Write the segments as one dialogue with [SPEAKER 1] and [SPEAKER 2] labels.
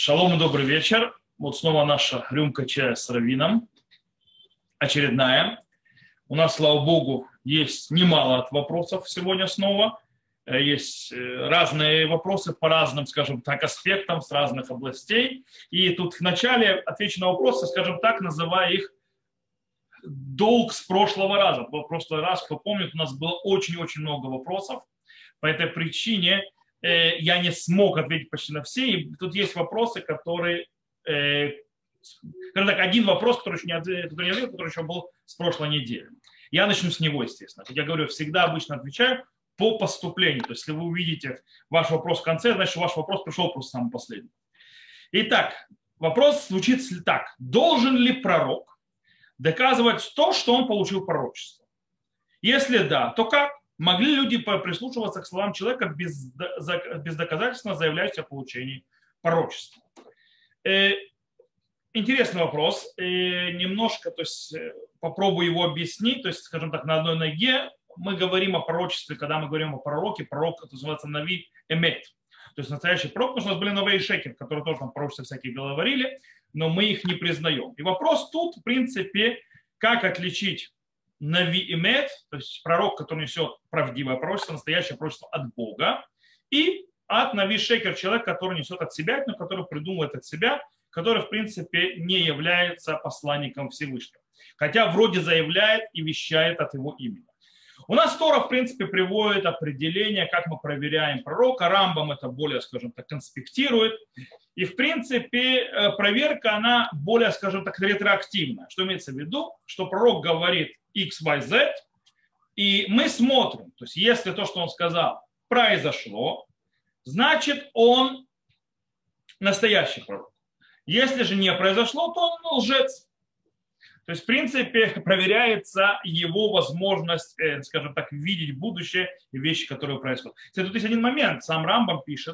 [SPEAKER 1] Шалом и добрый вечер. Вот снова наша рюмка чая с раввином. Очередная. У нас, слава богу, есть немало от вопросов сегодня снова. Есть разные вопросы по разным, скажем так, аспектам с разных областей. И тут вначале отвечу на вопросы, скажем так, называя их долг с прошлого раза. В прошлый раз, кто помнит, у нас было очень-очень много вопросов. По этой причине я не смог ответить почти на все. И тут есть вопросы, которые, скажем так, один вопрос, который еще не ответил, который еще был с прошлой недели. Я начну с него, естественно. Как я говорю, всегда обычно отвечаю по поступлению. То есть, если вы увидите ваш вопрос в конце, значит, ваш вопрос пришел просто самый последний. Итак, вопрос звучит так. Должен ли пророк доказывать то, что он получил пророчество? Если да, то как? Могли люди прислушиваться к словам человека бездоказательно заявляющего о получении пророчества? Интересный вопрос. Немножко, то есть, попробую его объяснить. То есть, скажем так, на одной ноге мы говорим о пророчестве, когда мы говорим о пророке. Пророк, это называется нави эмет. То есть настоящий пророк, потому что у нас были новые шекер, которые тоже там пророчества всякие говорили, но мы их не признаем. И вопрос тут, в принципе, как отличить нави эмет, то есть пророк, который несет правдивое пророчество, настоящее пророчество от Бога, и от нави шекер, человек, который несет от себя, но который придумывает от себя, который, в принципе, не является посланником Всевышнего. Хотя вроде заявляет и вещает от его имени. У нас Тора, в принципе, приводит определение, как мы проверяем пророка. Рамбам это более, скажем так, конспектирует. И, в принципе, проверка, она более, скажем так, ретроактивная. Что имеется в виду? Что пророк говорит X, Y, Z, и мы смотрим. То есть, если то, что он сказал, произошло, значит, он настоящий пророк. Если же не произошло, то он лжец. То есть, в принципе, проверяется его возможность, скажем так, видеть будущее и вещи, которые происходят. Кстати, тут есть один момент. Сам Рамбам пишет,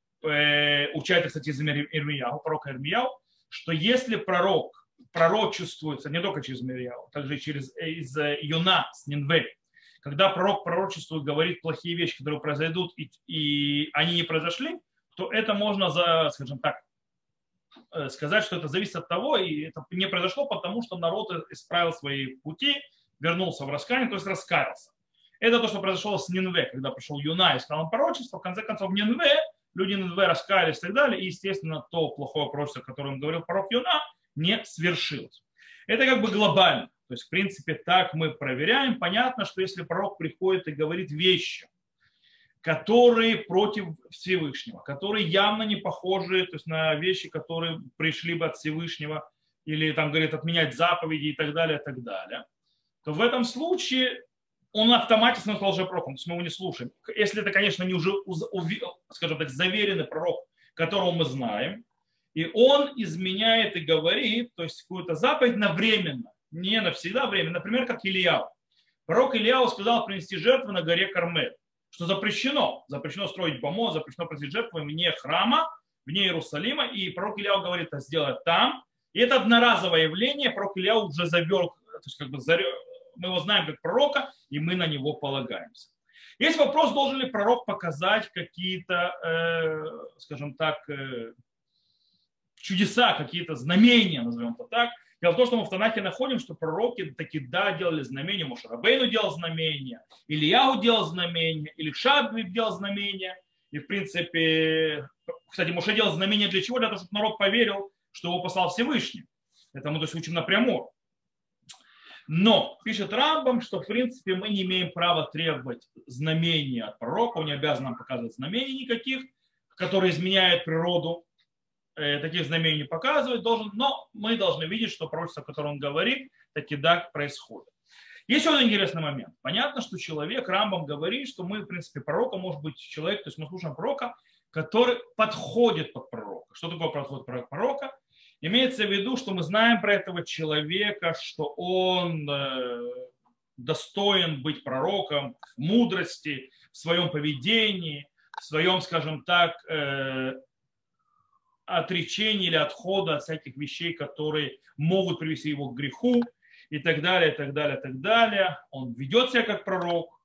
[SPEAKER 1] учает, кстати, из Ирмияу, пророка Ирмияу, что если пророк пророчествуется не только через Ирмияу, также и из Йона с Нинве, когда пророк пророчествует, говорит плохие вещи, которые произойдут, и они не произошли, то это можно, скажем так, сказать, что это зависит от того, и это не произошло, потому что народ исправил свои пути, вернулся в раскаяние, то есть раскаялся. Это то, что произошло с Нинве, когда пришел Юна и сказал пророчество, в конце концов в Нинве, люди Нинве раскаялись и так далее, и, естественно, то плохое пророчество, о котором говорил пророк Юна, не свершилось. Это как бы глобально. То есть, в принципе, так мы проверяем. Понятно, что если пророк приходит и говорит вещи, которые против Всевышнего, которые явно не похожи, то есть на вещи, которые пришли бы от Всевышнего, или там говорит отменять заповеди и так далее, то в этом случае он автоматически становится лжепророком, то есть мы его не слушаем. Если это, конечно, не уже, скажем так, заверенный пророк, которого мы знаем, и он изменяет и говорит, то есть какую-то заповедь навременно, не навсегда временно, например, как Ильяу. Пророк Ильяу сказал принести жертву на горе Кармель, что запрещено. Запрещено строить помост, запрещено приносить жертвы вне храма, вне Иерусалима. И пророк Ильяу говорит, это сделать там. И это одноразовое явление. Пророк Ильяу уже завел, то есть как бы мы его знаем как пророка, и мы на него полагаемся. Есть вопрос, должен ли пророк показать какие-то, скажем так, чудеса, какие-то знамения, назовем это так. Дело в том, что мы в Танахе находим, что пророки таки да делали знамения, Моше Рабейну делал знамения, Ильяу делал знамения, или Шаббит делал знамения. И в принципе, кстати, Моше делал знамения для чего? Для того, чтобы народ поверил, что его послал Всевышний. Это мы то есть учим напрямую. Но пишет Рамбам, что в принципе мы не имеем права требовать знамения от пророка, он не обязан нам показывать знамений никаких, которые изменяют природу. Таких знамений не показывает, но мы должны видеть, что пророчество, о котором он говорит, таки да происходит. Есть еще один интересный момент. Понятно, что человек, Рамбам говорит, что мы, в принципе, пророка может быть человек, то есть мы слушаем пророка, который подходит под пророка. Что такое подход под пророка? Имеется в виду, что мы знаем про этого человека, что он достоин быть пророком в мудрости, в своем поведении, в своем, скажем так, отречения или отхода от всяких вещей, которые могут привести его к греху и так далее, и так далее, и так далее. Он ведет себя как пророк.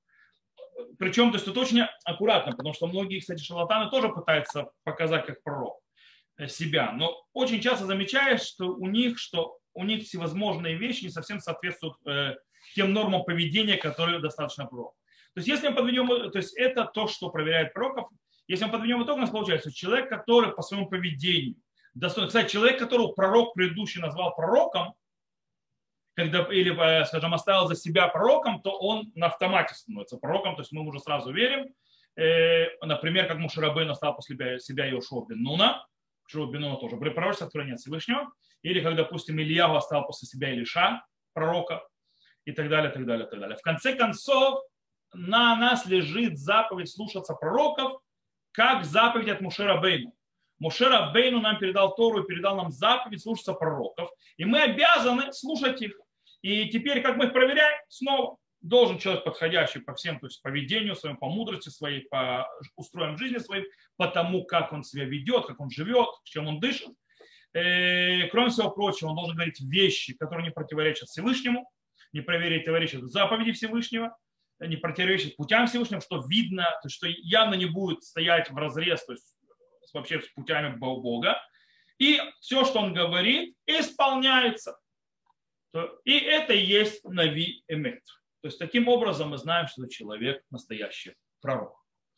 [SPEAKER 1] Причем, то есть, это очень аккуратно, потому что многие, кстати, шарлатаны тоже пытаются показать как пророк. себя. Но очень часто замечаешь, что у них всевозможные вещи не совсем соответствуют тем нормам поведения, которые достаточно пророков. То есть, если мы подведем, то есть это то, что проверяет пророков. Если мы подведем итог, у нас получается, человек, который по своему поведению достоин. Кстати, человек, которого пророк предыдущий назвал пророком, когда, или, скажем, оставил за себя пророком, то он на автомате становится пророком, то есть мы уже сразу верим. Например, как Моше Рабейну оставил после себя Йошуа бен Нуна, Йошуа бен Нуна тоже пророчество откровения от Всевышнего, или как, допустим, Ильяху оставил после себя Илиша, пророка, и так далее, так далее, так далее. В конце концов, на нас лежит заповедь слушаться пророков, как заповедь от Моше Рабейну. Моше Рабейну нам передал Тору и передал нам заповедь слушаться пророков, и мы обязаны слушать их. И теперь, как мы их проверяем, снова должен человек, подходящий по всем, то есть по поведению своему, по мудрости своей, по устроению жизни своей, по тому, как он себя ведет, как он живет, чем он дышит. Кроме всего прочего, он должен говорить вещи, которые не противоречат Всевышнему, не противоречат заповеди Всевышнего, не противоречат путям Всевышнего, что видно, то есть, что явно не будет стоять в разрез, то есть вообще с путями Бога. И все, что он говорит, исполняется. И это и есть Нави Эмет. То есть таким образом мы знаем, что это человек настоящий пророк.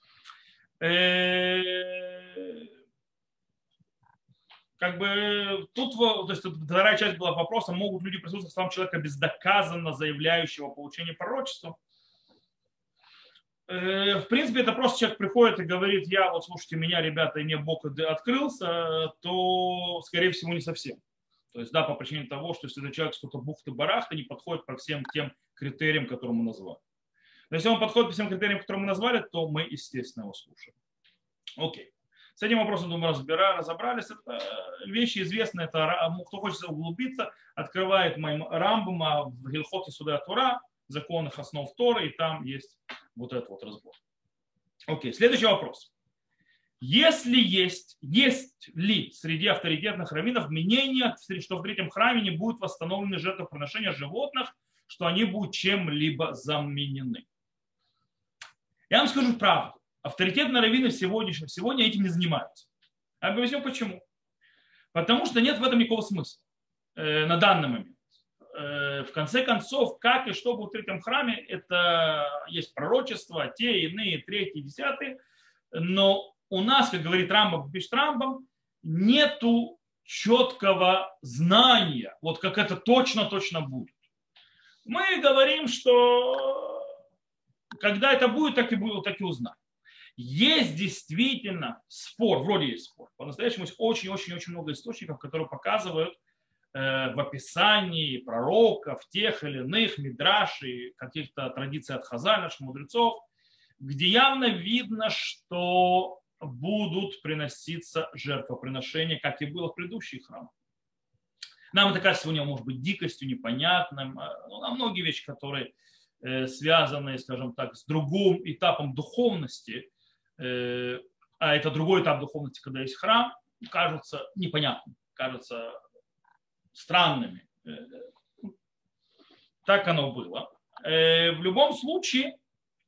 [SPEAKER 1] Как бы тут, то есть вторая часть была вопроса, могут люди присутствовать в словам человека бездоказанно заявляющего получение пророчества. В принципе, это просто человек приходит и говорит, я вот слушайте меня, ребята, и мне Бог открылся, то, скорее всего, не совсем. То есть, да, по причине того, что если этот человек что-то бухты-барахта, не подходит по всем тем критериям, которые мы назвали. Но если он подходит по всем критериям, которые мы назвали, то мы, естественно, его слушаем. Окей. С этим вопросом, думаю, разобрались. Это вещи известные. Это, кто хочет углубиться, открывает моим Рамбама в Гилхоте Суда Тора, законных основ Торы, и там есть вот этот вот разбор. Окей, следующий вопрос. Если есть ли среди авторитетных раввинов мнение, что в третьем храме не будут восстановлены жертвоприношения животных, что они будут чем-либо заменены? Я вам скажу правду. Авторитетные раввины сегодня этим не занимаются. Я объясню почему. Потому что нет в этом никакого смысла на данный момент. В конце концов, как и что будет в третьем храме, это есть пророчества, те, иные, третьи, десятые, но у нас, как говорит Рамбам, пишет Рамбам, нету четкого знания, вот как это точно будет. Мы говорим, что когда это будет, так и узнаем. Есть действительно спор, вроде есть спор. По-настоящему есть очень-очень-очень много источников, которые показывают в описании пророков, тех или иных, мидрашей, каких-то традиций от Хазаль, наших мудрецов, где явно видно, что будут приноситься жертвоприношения, как и было в предыдущих храмах. Нам это кажется сегодня, может быть, дикостью, непонятным. На многие вещи, которые связаны, скажем так, с другим этапом духовности, а это другой этап духовности, когда есть храм, кажутся непонятными, кажутся странными. Так оно было. В любом случае,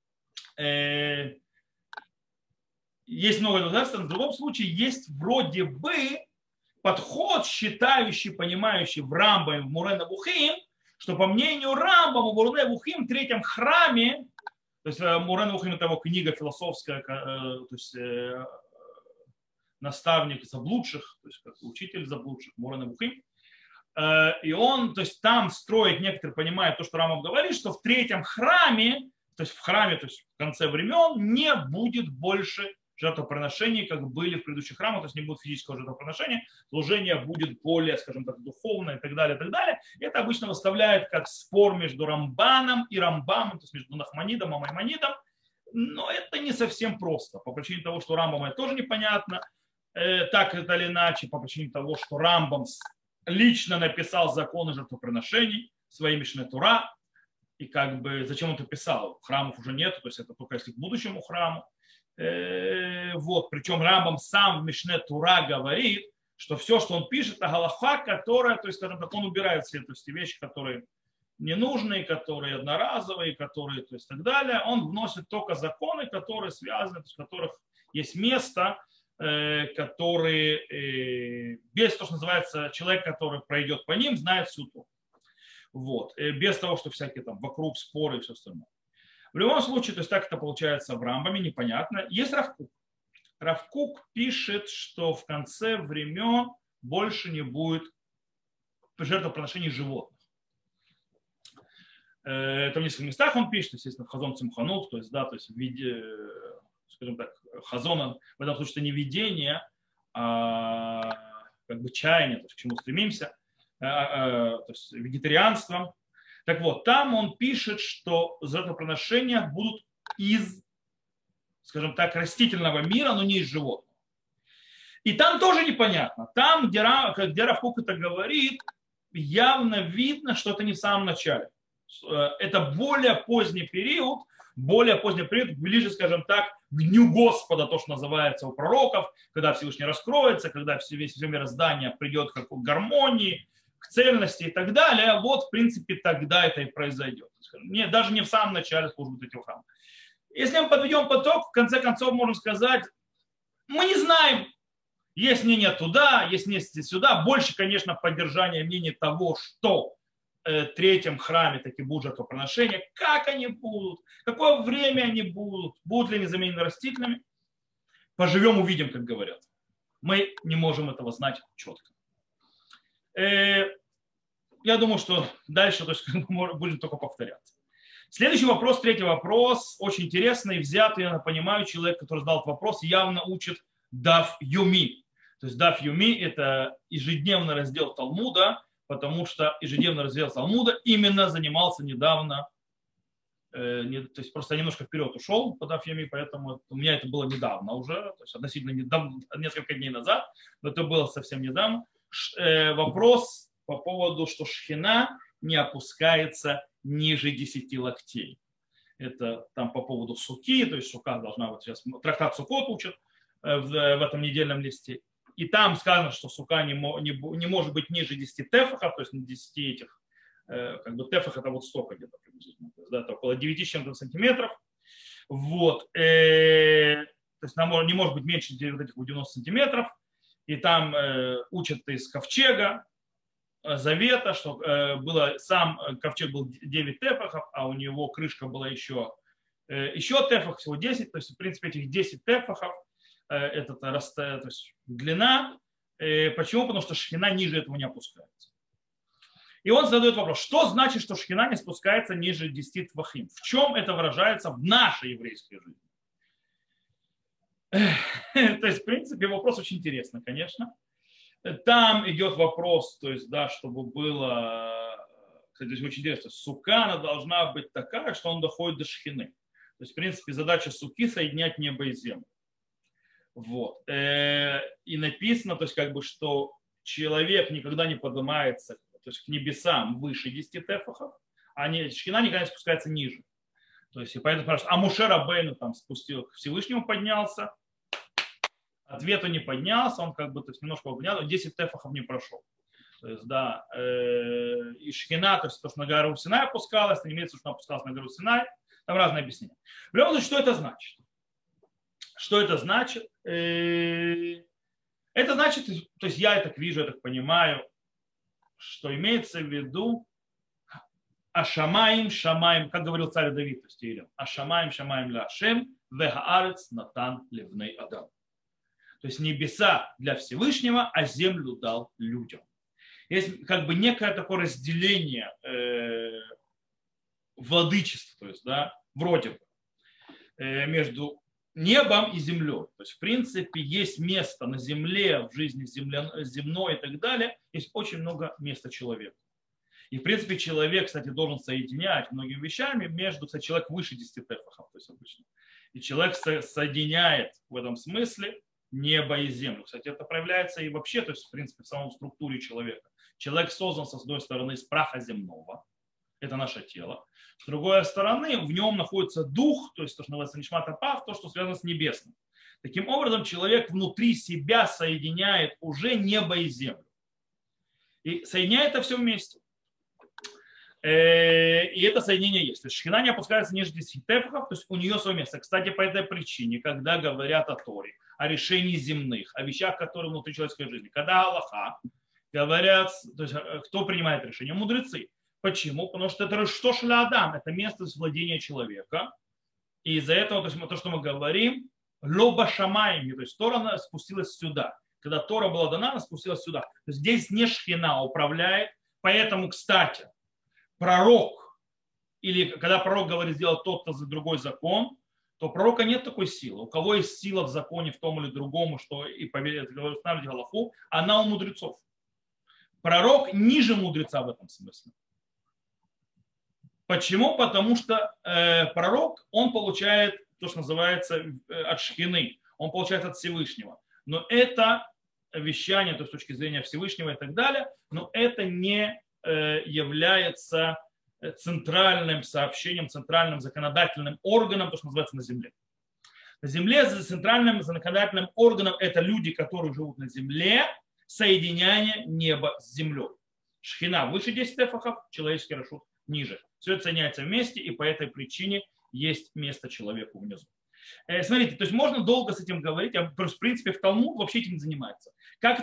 [SPEAKER 1] есть много доказательств, в любом случае есть вроде бы подход, считающий, понимающий в Рамбаме, в Муре Невухим, что по мнению Рамбама в Муре Невухим в третьем храме, то есть Муре Невухим это его книга философская, то есть наставник заблудших, то есть как учитель заблудших, Муре Невухим, и он, то есть там строит, некоторые понимают то, что Рамбам говорит, что в третьем храме, то есть в храме, то есть в конце времен не будет больше жертвоприношений, как были в предыдущих храмах, то есть не будет физического жертвоприношения, служение будет более, скажем так, духовное и так далее, и так далее. И это обычно выставляет как спор между Рамбаном и Рамбамом, то есть между Нахманидом и Маймонидом, но это не совсем просто, по причине того, что Рамбам это тоже непонятно, так или иначе, по причине того, что Рамбам лично написал законы жертвоприношений в своей Мишне Тура, и как бы зачем он это писал? Храмов уже нет, то есть это только если к будущему храму. Вот, причем Рамбам сам в Мишне Тура говорит, что все, что он пишет, это галаха, которая, то есть, скажем так, он убирает все то есть, вещи, которые ненужные, которые одноразовые, которые, то есть, так далее. Он вносит только законы, которые связаны, то есть, в которых есть место которые без того, что называется, человек, который пройдет по ним, знает всю Тору. Вот. Без того, что всякие там вокруг споры и все остальное. В любом случае, то есть так это получается в Рамбаме, непонятно. Есть Рав Кук. Рав Кук пишет, что в конце времен больше не будет жертвоприношений животных. Это в нескольких местах он пишет, естественно, в Хазон Цимханут, то есть, да, то есть в виде, скажем так, Хазона, в этом случае это не видение, а как бы чаяние, то есть к чему стремимся, то есть вегетарианством. Так вот, там он пишет, что жертвоприношения будут из, скажем так, растительного мира, но не из животного. И там тоже непонятно. Там, где Рав Кук это говорит, явно видно, что это не в самом начале. Это более поздний период, ближе, скажем так, к Дню Господа, то, что называется у пророков, когда Всевышний раскроется, когда все мироздание придет к гармонии, к цельности и так далее. Вот, в принципе, тогда это и произойдет. Даже не в самом начале службы этих храмов. Если мы подведем поток, в конце концов можем сказать, мы не знаем, есть мнение туда, есть мнение сюда. Больше, конечно, поддержание мнения того, что третьем храме таки будут жертвоприношения, как они будут, какое время они будут ли они заменены растительными. Поживем, увидим, как говорят. Мы не можем этого знать четко. Я думаю, что дальше то есть, будем только повторяться. Следующий вопрос, третий вопрос, очень интересный, взятый, я понимаю, человек, который задал этот вопрос, явно учит Даф Юми. То есть Даф Юми – это ежедневный раздел Талмуда, потому что ежедневный раздел Талмуда именно занимался недавно, то есть просто немножко вперед ушел по Даф Юми, поэтому у меня это было недавно уже, то есть относительно недавно, несколько дней назад, но это было совсем недавно. Вопрос по поводу, что шхина не опускается ниже 10 локтей. Это там по поводу суки, то есть сука должна быть сейчас, трактат Сукот учат в этом недельном листе. И там сказано, что сука не может быть ниже 10 тефахов, то есть 10 этих, как бы тефах это вот столько где-то приблизительно, то есть, да, это около 9 с чем-то сантиметров. Вот. То есть она не может быть меньше вот этих 90 сантиметров. И там учат из ковчега завета, что было, сам ковчег был 9 тефахов, а у него крышка была еще тефах, всего 10. То есть, в принципе, этих 10 тефахов это то есть длина. Почему? Потому что шхина ниже этого не опускается. И он задает вопрос, что значит, что шхина не спускается ниже 10 твахим? В чем это выражается в нашей еврейской жизни? То есть, в принципе, вопрос очень интересный, конечно. Там идет вопрос, то есть, да, чтобы было, кстати, очень интересно, сука, она должна быть такая, что он доходит до шхины. То есть, в принципе, задача суки соединять небо и землю. Вот. И написано, то есть, как бы, что человек никогда не поднимается, то есть, к небесам выше 10 тефахов, а шхина никогда не спускается ниже. То есть, и поэтому спрашивают, а Моше Рабейну там спустил, к Всевышнему поднялся, ответу не поднялся, он как бы то есть, немножко поднялся, 10 тефахов не прошел. То есть, да, и шхина, то есть то, что на гору Синай опускалась, это не имеется, что она опускалась на гору Синай, там разные объяснения. В любом случае, что это значит? Что это значит? Это значит, то есть я так вижу, я так понимаю, что имеется в виду Ашамаим, Шамаим, как говорил царь Давид, то есть Иилем, Ашамаим, Шамаим ля Ашем, вехаарец натан левней адам. То есть небеса для Всевышнего, а землю дал людям. Есть как бы некое такое разделение владычества, то есть, да, вроде бы, между небом и землей. То есть, в принципе, есть место на земле, в жизни земной и так далее, есть очень много места человека. И, в принципе, человек, кстати, должен соединять многими вещами между, кстати, человек выше 10 тефахов, то есть обычно. И человек соединяет в этом смысле небо и землю. Кстати, это проявляется и вообще, то есть, в принципе, в самом структуре человека. Человек создан, с одной стороны, из праха земного. Это наше тело. С другой стороны, в нем находится дух, то есть то, что называется нишмат апав, то, что связано с небесным. Таким образом, человек внутри себя соединяет уже небо и землю. И соединяет это все вместе. И это соединение есть. То есть шхина не опускается ниже 10 тефахов, то есть у нее свое место. Кстати, по этой причине, когда говорят о Торе, о решении земных, о вещах, которые внутри человеческой жизни. Когда Аллаха говорят, то есть кто принимает решение? Мудрецы. Почему? Потому что это что шлядам, это место владения человека. И из-за этого, то есть то, что мы говорим, лоба шамайми, то есть Тора спустилась сюда. Когда Тора была дана, она спустилась сюда. То есть здесь не шхина управляет. Поэтому, кстати, пророк, или когда пророк говорит сделать тот-то за другой закон, то у пророка нет такой силы. У кого есть сила в законе в том или другом, что и устанавливать галаху, она у мудрецов. Пророк ниже мудреца в этом смысле. Почему? Потому что пророк, он получает то, что называется от шхины, он получает от Всевышнего. Но это вещание, то есть с точки зрения Всевышнего и так далее, но это не является центральным сообщением, центральным законодательным органом, то, что называется на земле. На земле центральным законодательным органом это люди, которые живут на земле, соединяние неба с землей. Шхина выше 10 тефахов, человеческий рашут ниже. Все это соединяется вместе, и по этой причине есть место человеку внизу. Смотрите, то есть можно долго с этим говорить, а в принципе в Талмуд вообще этим не занимается. Как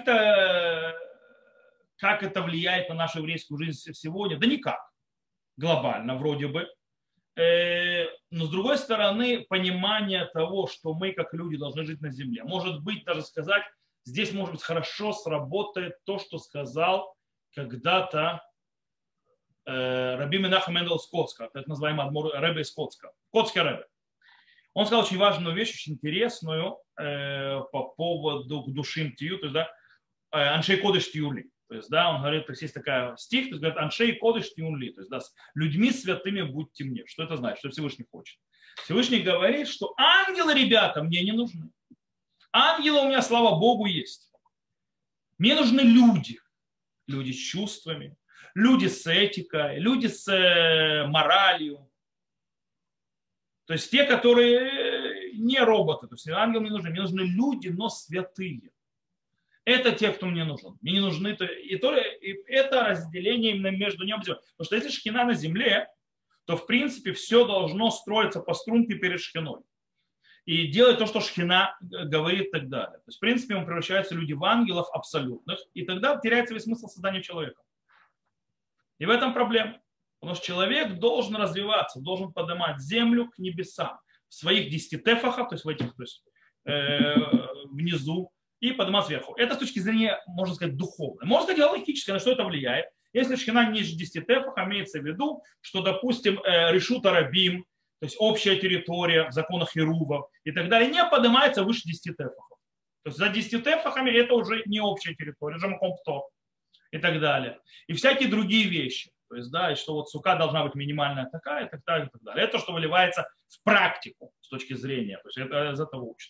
[SPEAKER 1] это влияет на нашу еврейскую жизнь сегодня? Да никак. Глобально вроде бы. Но с другой стороны, понимание того, что мы как люди должны жить на земле. Может быть, даже сказать, здесь может быть хорошо сработает то, что сказал когда-то Раби Менахем Мендел Скотска, так называемый Ребе Скотска, Скотский Ребе. Он сказал очень важную вещь, очень интересную по поводу душим тию, то есть, да, аншей кодыш тиюли. То есть, да, он говорит, то есть есть такая стих, то есть, говорит, аншей кодыш тиюли, то есть, да, с людьми святыми будьте мне. Что это значит? Что Всевышний хочет? Всевышний говорит, что ангелы, ребята, мне не нужны. Ангелы у меня, слава Богу, есть. Мне нужны люди. Люди с чувствами, люди с этикой, люди с моралью. То есть те, которые не роботы, то есть ангелы мне нужны люди, но святые. Это те, кто мне нужен. Мне не нужны, и это разделение именно между небом и землей. Потому что если шхина на земле, то в принципе все должно строиться по струнке перед шхиной. И делать то, что шхина говорит и так далее. То есть в принципе мы превращаются люди в ангелов абсолютных, и тогда теряется весь смысл создания человека. И в этом проблема. Потому что человек должен развиваться, должен поднимать землю к небесам в своих 10 тефахах, то есть в этих, то есть, внизу, и поднимать сверху. Это с точки зрения, можно сказать, духовной. Можно сказать, логически, на что это влияет. Если шхина ниже 10 тефаха, имеется в виду, что, допустим, решут арабим, то есть общая территория в законах Ирувов и так далее, не поднимается выше 10 тефахов. То есть за 10 тефахами это уже не общая территория, уже макомпто и так далее. И всякие другие вещи. То есть, да, и что вот сука должна быть минимальная такая, и так далее, и так далее. Это что выливается в практику с точки зрения. То есть это из этого учат.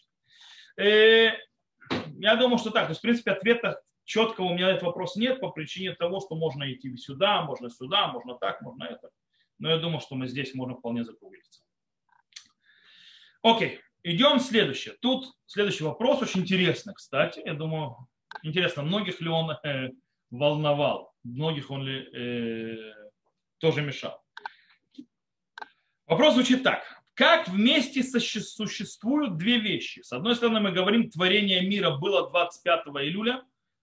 [SPEAKER 1] Я думаю, что так. То есть, в принципе, ответа четкого у меня на этот вопрос нет по причине того, что можно идти сюда, можно так, можно это. Но я думаю, что мы здесь можем вполне закруглиться. Окей, идем следующее. Тут следующий вопрос очень интересный, кстати. Я думаю, интересно, многих ли он волновал, многих он ли тоже мешал. Вопрос звучит так. Как вместе существуют две вещи? С одной стороны, мы говорим, творение мира было 25 июля.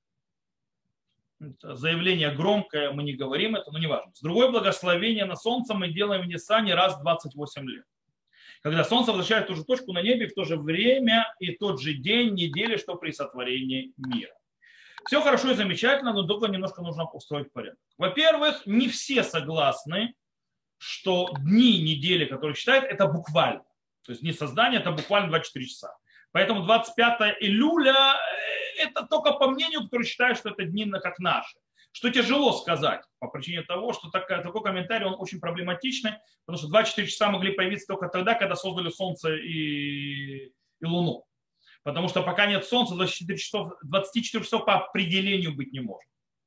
[SPEAKER 1] Это заявление громкое, мы не говорим это, но не важно. С другой, благословение на солнце мы делаем в Ниссане раз в 28 лет. Когда солнце возвращает ту же точку на небе в то же время и тот же день недели, что при сотворении мира. Все хорошо и замечательно, но только немножко нужно устроить порядок. Во-первых, не все согласны, что дни недели, которые считают, это буквально. То есть дни создания это буквально 24 часа. Поэтому 25 июля это только по мнению, которые считают, что это дни как наши. Что тяжело сказать по причине того, что такой комментарий он очень проблематичный, потому что 24 часа могли появиться только тогда, когда создали Солнце и Луну. Потому что пока нет Солнца, 24 часов по определению быть не может.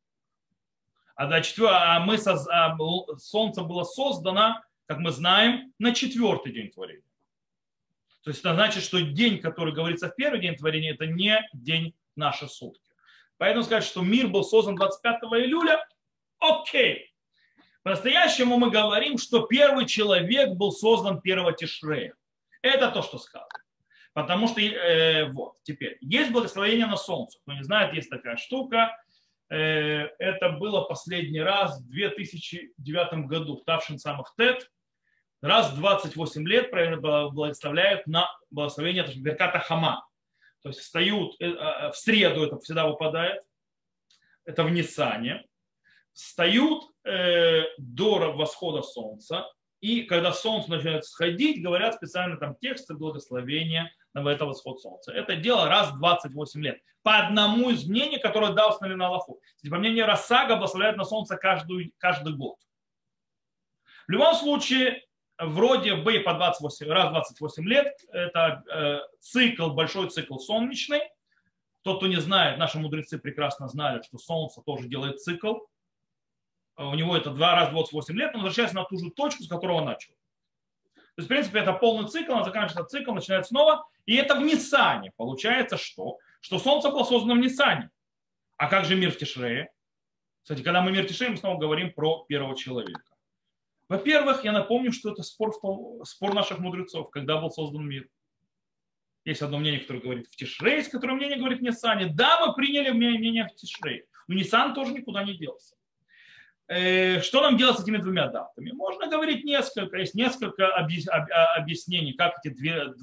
[SPEAKER 1] Солнце было создано, как мы знаем, на 4-й день творения. То есть это значит, что день, который говорится в первый день творения, это не день нашей сутки. Поэтому сказать, что мир был создан 25 июля, окей. По-настоящему мы говорим, что первый человек был создан 1 Тишрея. Это то, что сказано. Потому что, вот, теперь, есть благословение на солнце. Кто не знает, есть такая штука. Это было последний раз в 2009 году, в Тавшин Самых Тет. Раз в 28 лет благословляют на благословение Берката Хама. То есть встают, в среду это всегда выпадает, это в Ниссане. Встают до восхода солнца. И когда солнце начинает сходить, говорят специально там тексты благословения на это восход солнца. Это дело раз в 28 лет. По одному из мнений, которое дал установлено на Аллаху. По мнению Рассага, благословляют на солнце каждый год. В любом случае, вроде бы по 28, раз в 28 лет, это цикл, большой цикл солнечный. Тот, кто не знает, наши мудрецы прекрасно знали, что солнце тоже делает цикл. У него это два раза в 28 лет, он возвращается на ту же точку, с которого он начал. То есть, в принципе, это полный цикл, он заканчивается цикл, начинает снова. И это в Ниссане. Получается, что Солнце было создано в Ниссане. А как же мир в Тишрее? Кстати, когда мы мир в Тишрее, мы снова говорим про первого человека. Во-первых, я напомню, что это спор наших мудрецов, когда был создан мир. Есть одно мнение, которое говорит в Тишрее, есть которое мнение говорит в Ниссане. Да, мы приняли мнение в Тишрее, но Ниссан тоже никуда не делся. Что нам делать с этими двумя датами? Можно говорить несколько, есть несколько объяснений, как эти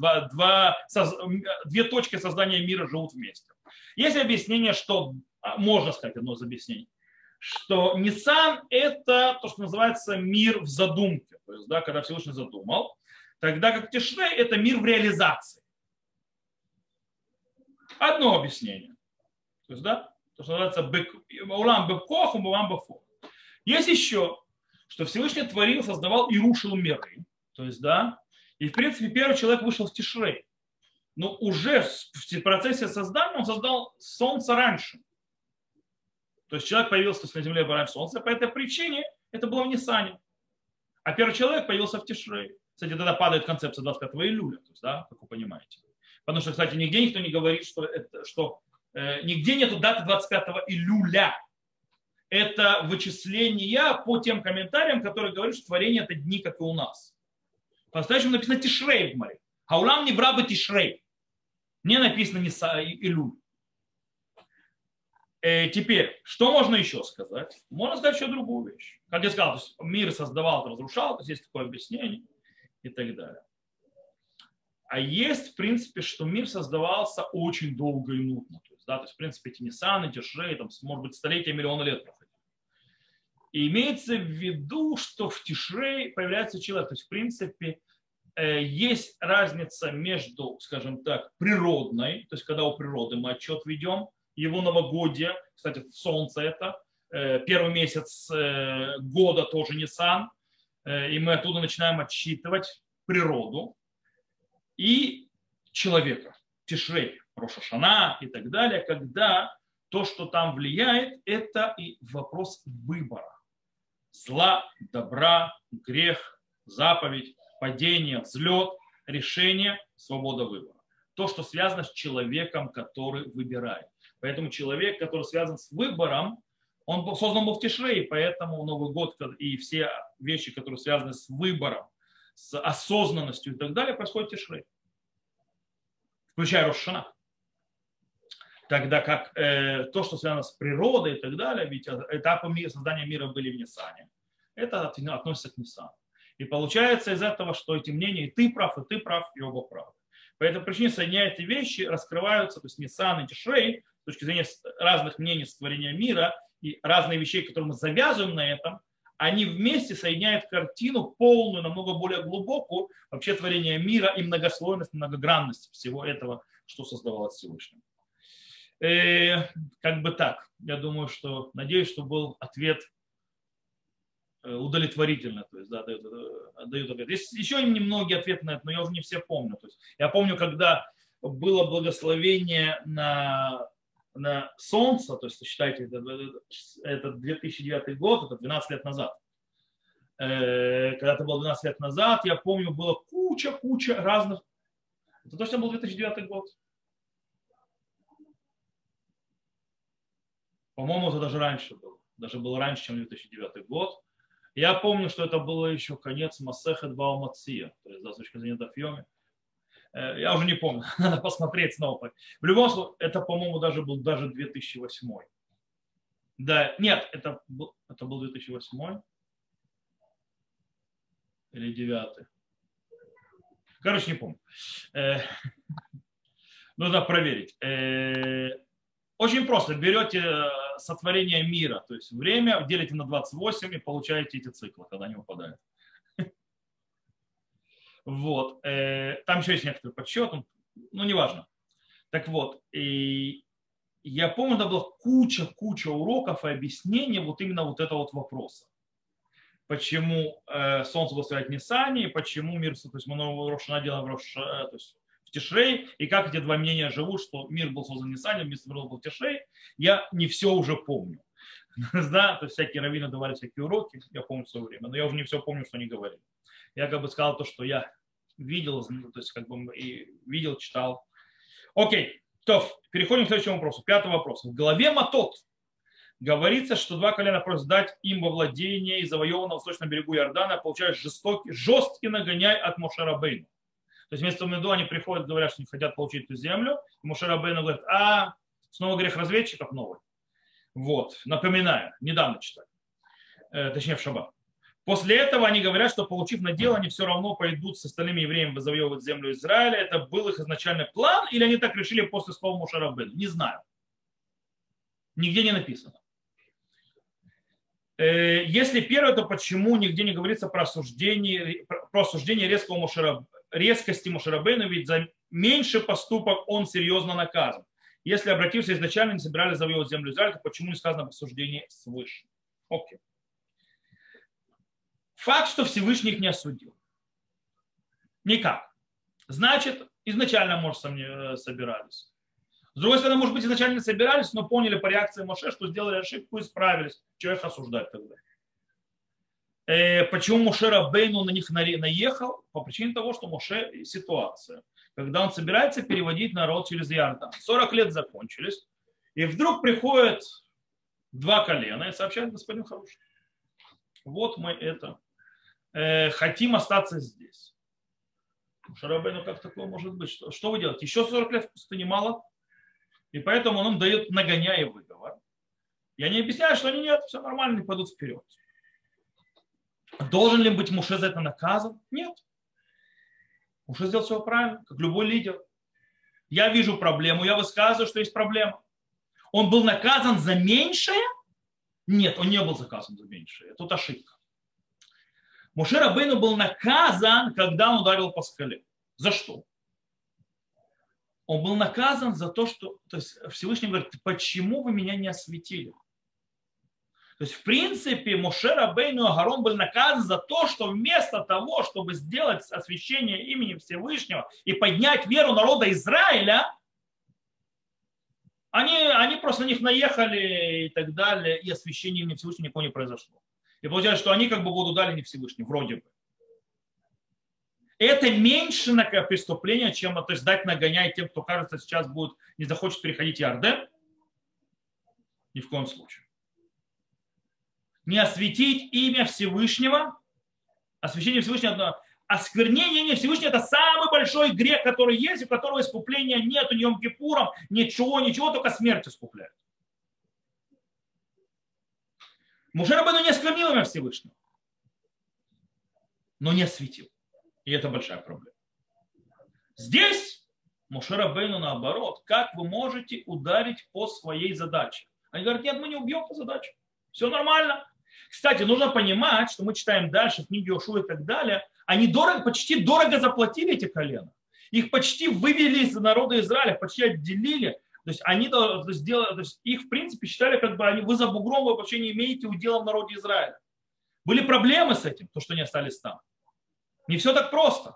[SPEAKER 1] две точки создания мира живут вместе. Есть объяснение, что, можно сказать одно из объяснений, что Ниссан это то, что называется мир в задумке, то есть, да, когда Всевышний задумал, тогда как Тишрей это мир в реализации. Одно объяснение. То есть, да, то, что называется улам бекох, улам бефор. Есть еще, что Всевышний творил, создавал и рушил миры. То есть, да, и в принципе первый человек вышел в Тишрей. Но уже в процессе создания он создал солнце раньше. То есть человек появился на земле раньше солнца, по этой причине это было в Ниссане. А первый человек появился в Тишрей. Кстати, тогда падает концепция 25 июля, то есть, да, как вы понимаете. Потому что, кстати, нигде никто не говорит, что нигде нету даты 25 июля. Это вычисления по тем комментариям, которые говорят, что творение это дни, как и у нас. По-настоящему написано Тишрей в море. Хаулам не браба Тишрей. Не написано Илюль. Теперь, что можно еще сказать? Можно сказать еще другую вещь. Как я сказал, то есть мир создавал, разрушал, то есть есть такое объяснение и так далее. А есть, в принципе, что мир создавался очень долго и нудно. То есть, в принципе, эти Ниссаны, Тишрей, там, может быть, столетия, миллионы лет проходили. И имеется в виду, что в Тишрей появляется человек. То есть, в принципе, есть разница между, скажем так, природной, то есть, когда у природы мы отчет ведем, его новогодие, кстати, солнце это, первый месяц года тоже Ниссан, и мы оттуда начинаем отсчитывать природу и человека, Тишрей, Рош ха-Шана и так далее, когда то, что там влияет, это и вопрос выбора. Зла, добра, грех, заповедь, падение, взлет, решение, свобода выбора. То, что связано с человеком, который выбирает. Поэтому человек, который связан с выбором, он создан был в Тишрее, поэтому Новый год и все вещи, которые связаны с выбором, с осознанностью и так далее, происходят в Тишрее. Включая Рош ха-Шана. Тогда как то, что связано с природой и так далее, ведь этапы создания мира были в Ниссане. Это относится к Ниссану. И получается из этого, что эти мнения и ты прав, и оба правы. По этой причине соединяя эти вещи, раскрываются, то есть Ниссан и Тишрей, с точки зрения разных мнений сотворения мира и разных вещей, которые мы завязываем на этом, они вместе соединяют картину полную, намного более глубокую вообще творения мира и многослойность, многогранность всего этого, что создавалось Всевышним. Как бы так. Я думаю, надеюсь, что был ответ удовлетворительный. То есть, да, дают ответ. Есть еще немногие ответы на это, но я уже не все помню. То есть, я помню, когда было благословение на солнце, то есть, считайте, это 2009 год, это 12 лет назад. Когда это было 12 лет назад, я помню, было куча разных. Это точно был 2009 год. По-моему, это даже раньше было. Даже было раньше, чем 2009 год. Я помню, что это было еще конец Масехет Баал Мация, то есть, с точки зрения Дафьоми. Я уже не помню, надо посмотреть снова. В любом случае, это, по-моему, даже 2008. Да, нет, это был 2008 или 2009. Короче, не помню. Нужно проверить. Очень просто. Берете сотворение мира, то есть время, делите на 28 и получаете эти циклы, когда они выпадают. Вот. Там еще есть некоторые подсчеты, ну, неважно. Так вот, и я помню, это была куча уроков и объяснений вот именно вот этого вот вопроса. Почему Солнце будет стоять в Ниссане, и почему мир, то есть мы Рошана делаем то есть в Тишрей, и как эти два мнения живут, что мир был создан в Ниссане, мир был в Тишрей, я не все уже помню. Да, то есть всякие раввины давали всякие уроки, я помню в свое время, но я уже не все помню, что они говорили. Я как бы сказал то, что я видел, то есть как бы и видел, читал. Окей, то переходим к следующему вопросу. 5-й вопрос. В главе Матот говорится, что 2 колена просят дать им во владение и завоеванного на восточном берегу Иордана, получают жесткий нагоняй от Моше Рабейну. То есть вместо того, они приходят, говорят, что не хотят получить эту землю. И Моше Рабейну говорит, снова грех разведчиков новый. Вот, напоминаю, недавно читали, точнее в шаббат. После этого они говорят, что получив надел, они все равно пойдут с остальными евреями завоевывать землю Израиля. Это был их изначальный план, или они так решили после слова Моше Рабейну? Не знаю. Нигде не написано. Если первое, то почему нигде не говорится про осуждение резкости Моше Рабейну, ведь за меньший поступок он серьезно наказан. Если обратился изначально, не собирались завоевывать землю Израиля, то почему не сказано об осуждении свыше? Окей. Факт, что Всевышний их не осудил. Никак. Значит, изначально, может, собирались. С другой стороны, может быть, изначально не собирались, но поняли по реакции Моше, что сделали ошибку и справились. Чего их осуждать тогда? Почему Моше Рабейну на них наехал? По причине того, что Моше ситуация. Когда он собирается переводить народ через Иордан. 40 лет закончились. И вдруг приходят 2 колена и сообщают: господин хороший, вот мы хотим остаться здесь. Моше Рабейну, как такое может быть? Что вы делаете? Еще 40 лет в пустыне мало. И поэтому он им дает нагоняя выговор. Я не объясняю, что они нет, все нормально, они пойдут вперед. Должен ли быть Моше за это наказан? Нет. Моше сделал все правильно, как любой лидер. Я вижу проблему, я высказываю, что есть проблема. Он был наказан за меньшее? Нет, он не был наказан за меньшее. Тут ошибка. Моше Рабейну был наказан, когда он ударил по скале. За что? Он был наказан за то, что Всевышний говорит: почему вы меня не осветили? То есть, в принципе, Моше Рабейну и Агарон были наказаны за то, что вместо того, чтобы сделать освящение имени Всевышнего и поднять веру народа Израиля, они просто на них наехали и так далее, и освящение имени Всевышнего никого не произошло. И получается, что они как бы будут дали не Всевышний, вроде бы. Это меньше преступление, чем то есть, дать нагоняй тем, кто, кажется, сейчас будет, не захочет переходить Иордан. Ни в коем случае. Не осветить имя Всевышнего. Освящение Всевышнего, осквернение имя Всевышнего — это самый большой грех, который есть, у которого искупления нет, ни Йом-Кипуром, ничего, только смерть искупляет. Моше Рабейну не осквернил имя Всевышнего, но не осветил. И это большая проблема. Здесь Моше Рабейну наоборот: как вы можете ударить по своей задаче? Они говорят: нет, мы не убьем по задаче. Все нормально. Кстати, нужно понимать, что мы читаем дальше в книге Йошуа и так далее. Они почти дорого заплатили эти колена. Их почти вывели из народа Израиля, почти отделили. То есть они сделали, то есть их в принципе считали, как бы вы за бугром, вы вообще не имеете удела в народе Израиля. Были проблемы с этим, то, что они остались там. Не все так просто.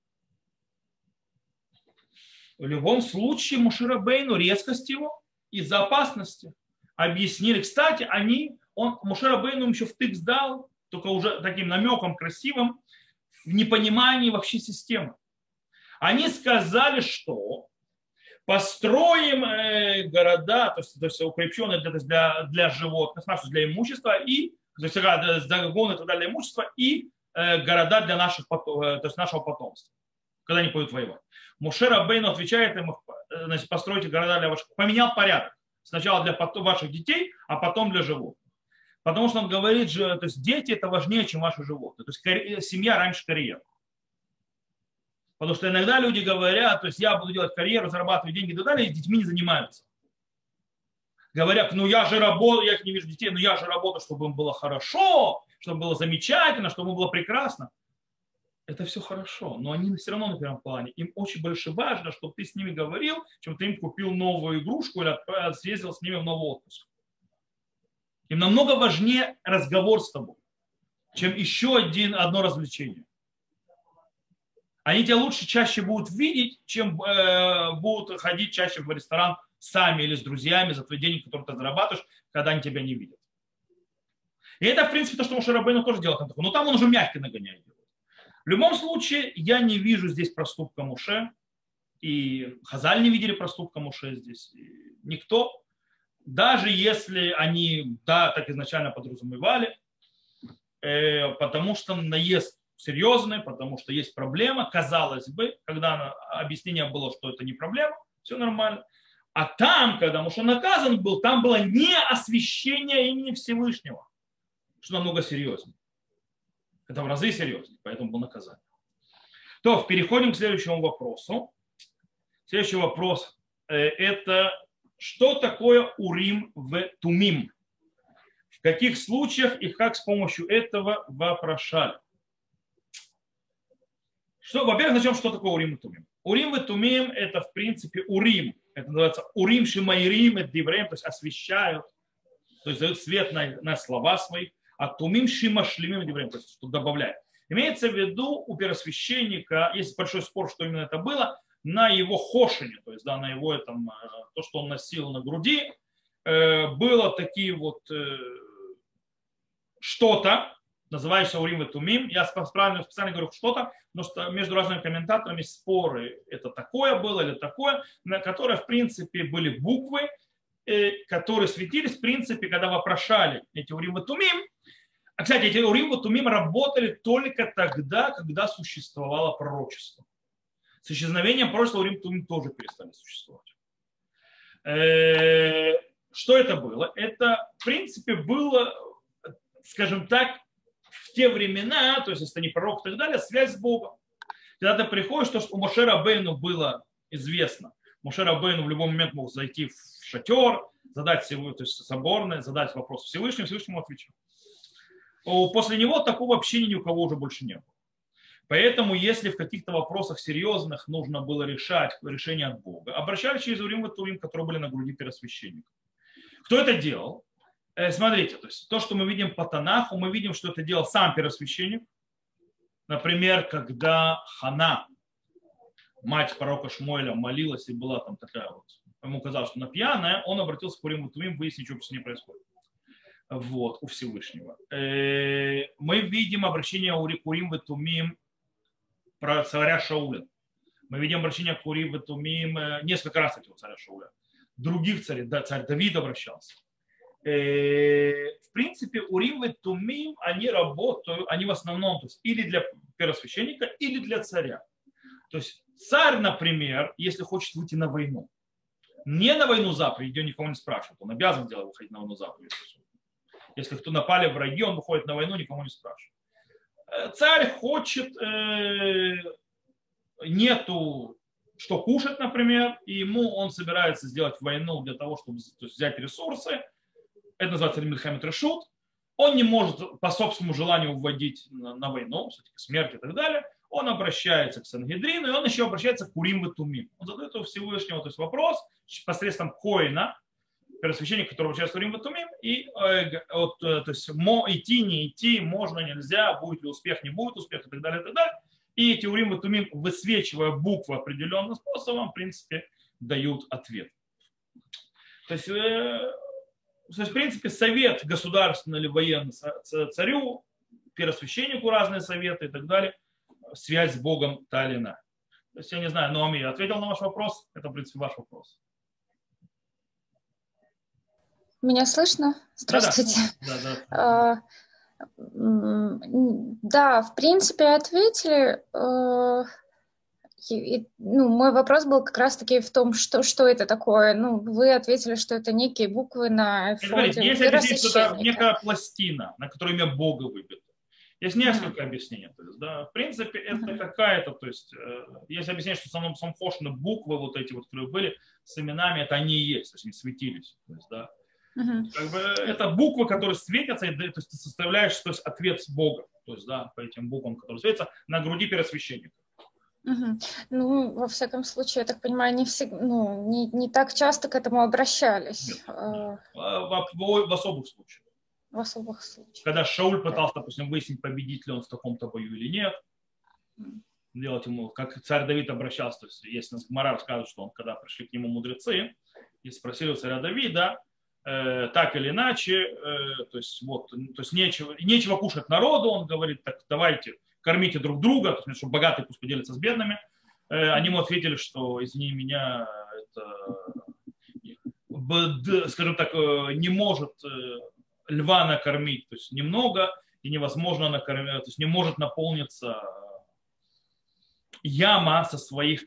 [SPEAKER 1] В любом случае Моше Рабейну резкость его из-за опасности объяснили. Кстати, Моше Рабейну еще втык сдал, только уже таким намеком красивым, в непонимании вообще системы. Они сказали, что построим города, то есть укрепленные для животных, для имущества, и то есть загоны для имущества, и города для нашего потомства. когда они пойдут воевать. Моше Рабейну отвечает им, значит, постройте города для ваших, поменял порядок. Сначала для ваших детей, а потом для животных. Потому что он говорит, то есть дети это важнее, чем ваши животные. То есть семья раньше карьеры. Потому что иногда люди говорят, то есть я буду делать карьеру, зарабатывать деньги и так далее, и с детьми не занимаются. Говорят, ну я же работаю, я их не вижу детей, но я же работаю, чтобы им было хорошо, чтобы было замечательно, чтобы им было прекрасно. Это все хорошо, но они все равно на первом плане. Им очень больше важно, чтобы ты с ними говорил, чем ты им купил новую игрушку или съездил с ними в новый отпуск. Им намного важнее разговор с тобой, чем еще одно развлечение. Они тебя лучше чаще будут видеть, чем будут ходить чаще в ресторан сами или с друзьями за твои деньги, которые ты зарабатываешь, когда они тебя не видят. И это, в принципе, то, что Моше Рабейну тоже делает. Но там он уже мягкий нагоняет. В любом случае, я не вижу здесь проступка Моше, и Хазаль не видели проступка Моше здесь. И никто, даже если они, да, так изначально подразумевали, потому что наезд серьезный, потому что есть проблема, казалось бы, когда объяснение было, что это не проблема, все нормально. А там, когда Моше наказан был, там было не освящение имени Всевышнего, что намного серьезнее. Это в разы серьезнее, поэтому было наказание. То, переходим к следующему вопросу. Следующий вопрос – это что такое Урим в Тумим? В каких случаях и как с помощью этого вопрошали? Во-первых, начнем, что такое Урим и Тумим. Урим и Тумим – это, в принципе, Урим. Это называется Урим Шимайрим, это Дивреем, то есть освещают, то есть дают свет на слова свои. А Тумим Шимашлимим Дивреем, то есть что добавляет. Имеется в виду у первосвященника, есть большой спор, что именно это было, на его хошине, то есть да, на его этом, то, что он носил на груди, было такие вот что-то, называющееся Урим и Тумим. Я специально говорю что-то, потому что между разными комментаторами споры, это такое было или такое, на которые, в принципе, были буквы, которые светились, в принципе, когда вопрошали эти Урим и Тумим. А, кстати, эти Урим и Тумим работали только тогда, когда существовало пророчество. С исчезновением пророчества Урим и Тумим тоже перестали существовать. Что это было? Это, в принципе, было, скажем так, в те времена, то есть если ты не пророк и так далее, связь с Богом. Когда ты приходишь, то, что у Моше Рабейну было известно. Моше Рабейну в любой момент мог зайти в шатер, задать то есть соборное, задать вопрос Всевышнему, Всевышнему отвечать. После него такого общения ни у кого уже больше не было. Поэтому, если в каких-то вопросах серьезных нужно было решать решение от Бога, обращались через Урим и Тумим, которые были на груди первосвященника. Кто это делал? Смотрите, то есть то, что мы видим по Танаху, мы видим, что это делал сам первосвященник. Например, когда Хана, мать пророка Шмуэля, молилась и была там такая вот, ему казалось, что она пьяная, он обратился к Урим и Тумим выяснить, что с ней происходит. Вот, у Всевышнего. Мы видим обращение к Урим и Тумим про царя Шауля. Мы видим обращение к Урим и Тумим несколько раз от царя Шауля. Других царей, да, царь Давид обращался. В принципе, Урим и Тумим, они работают, они в основном, то есть, или для первосвященника, или для царя. То есть царь, например, если хочет выйти на войну, не на войну заповедь, где никого не спрашивает, он обязан делать выходить на войну заповедь. Если кто напали враги, он выходит на войну, никому не спрашивает. Царь хочет, нету что кушать, например, и ему он собирается сделать войну для того, чтобы взять ресурсы. Это называется Мильхамет Решут. Он не может по собственному желанию вводить на войну, смерть и так далее. Он обращается к Сангедрину, и он еще обращается к Урим и Тумим. Он задает у Всевышнего то есть вопрос посредством Коина, первосвященника, который обращается к Урим и Тумим, и то есть идти, не идти, можно, нельзя, будет ли успех, не будет успеха и так далее, и так далее. И эти Урим и Тумим, высвечивая буквы определенным способом, в принципе, дают ответ. То есть, в принципе, совет государственный или военный царю, первосвященнику разные советы и так далее, связь с Богом та или иная. То есть, я не знаю, Ноами, я ответил на ваш вопрос? Это, в принципе, ваш вопрос.
[SPEAKER 2] Меня слышно? Здравствуйте.
[SPEAKER 1] Да.
[SPEAKER 2] Да, в принципе, ответили. Ну, мой вопрос был как раз-таки в том, что это такое. Ну, вы ответили, что это некие буквы на
[SPEAKER 1] Смотрите,
[SPEAKER 2] эфоде
[SPEAKER 1] есть объяснение, что это
[SPEAKER 2] первосвященника.
[SPEAKER 1] некая пластина, на которой имя Бога выбито. Есть
[SPEAKER 2] Мгм.
[SPEAKER 1] несколько объяснений. То есть, да, в принципе, это
[SPEAKER 2] Мгм.
[SPEAKER 1] какая-то, то есть, есть объяснение, что в самом Самхошине буквы вот эти вот, которые были с именами, это они и есть, то есть они светились. То есть, да,
[SPEAKER 2] Мгм.
[SPEAKER 1] как бы это буквы, которые светятся, и, то есть ты составляешь, то есть, ответ с Бога. То есть, да, по этим буквам, которые светятся на груди первосвященника.
[SPEAKER 2] Мгм. Ну, во всяком случае, я так понимаю, не всегда, ну, не так часто к этому
[SPEAKER 1] Нет,
[SPEAKER 2] обращались
[SPEAKER 1] нет. В особых случаях.
[SPEAKER 2] в особых случаях.
[SPEAKER 1] Когда Шауль
[SPEAKER 2] Да.
[SPEAKER 1] пытался, допустим, выяснить, победит ли он в таком-то бою или нет,
[SPEAKER 2] М.
[SPEAKER 1] делать ему, как царь Давид обращался, то есть если Гмара рассказывает, что он, когда пришли к нему мудрецы и спросили у царя Давида, так или иначе, то есть вот, то есть нечего кушать народу, он говорит, так давайте кормите друг друга, то есть, чтобы богатые пусть поделятся с бедными. Они ему ответили, что, извини меня, это, скажем так, не может льва накормить, то есть немного, и невозможно накормить, то есть не может наполниться яма со своих,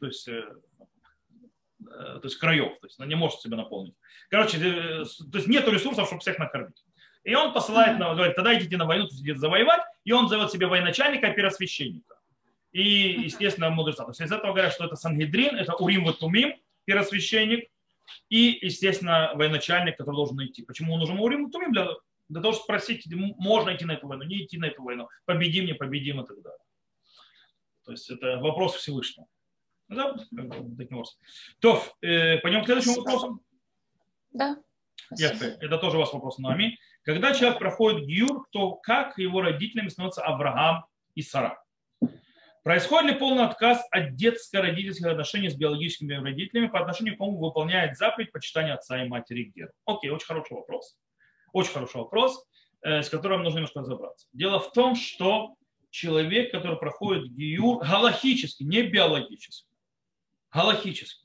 [SPEAKER 1] то есть краев, то есть она не может себя наполнить. Короче, то есть нет ресурсов, чтобы всех накормить. И он посылает,
[SPEAKER 2] Мгм.
[SPEAKER 1] говорит, тогда идите на войну, то есть идите завоевать, и он зовет себе военачальника и первосвященника. И,
[SPEAKER 2] Мгм.
[SPEAKER 1] естественно, мудреца. То есть из этого говорят, что это Сангедрин, это Урим Ватумим, первосвященник, и, естественно, военачальник, который должен идти. Почему он нужен Урим Ватумим? Для того, чтобы спросить, можно идти на эту войну, не идти на эту войну, победим, не победим и так далее. То есть это вопрос Всевышнего. Да, как бы, таким образом. То, пойдем к следующему
[SPEAKER 2] Спасибо.
[SPEAKER 1] вопросу.
[SPEAKER 2] Да, спасибо.
[SPEAKER 1] Это тоже у вас вопрос на нами. Когда человек проходит гиюр, то как его родителями становятся Авраам и Сара? Происходит ли полный отказ от детско-родительских отношений с биологическими родителями, по отношению к кому выполняет заповедь почитания отца и матери Гер? Окей, очень хороший вопрос. Очень хороший вопрос, с которым нужно немножко разобраться. Дело в том, что человек, который проходит гиюр, галахически, не биологически, галахически,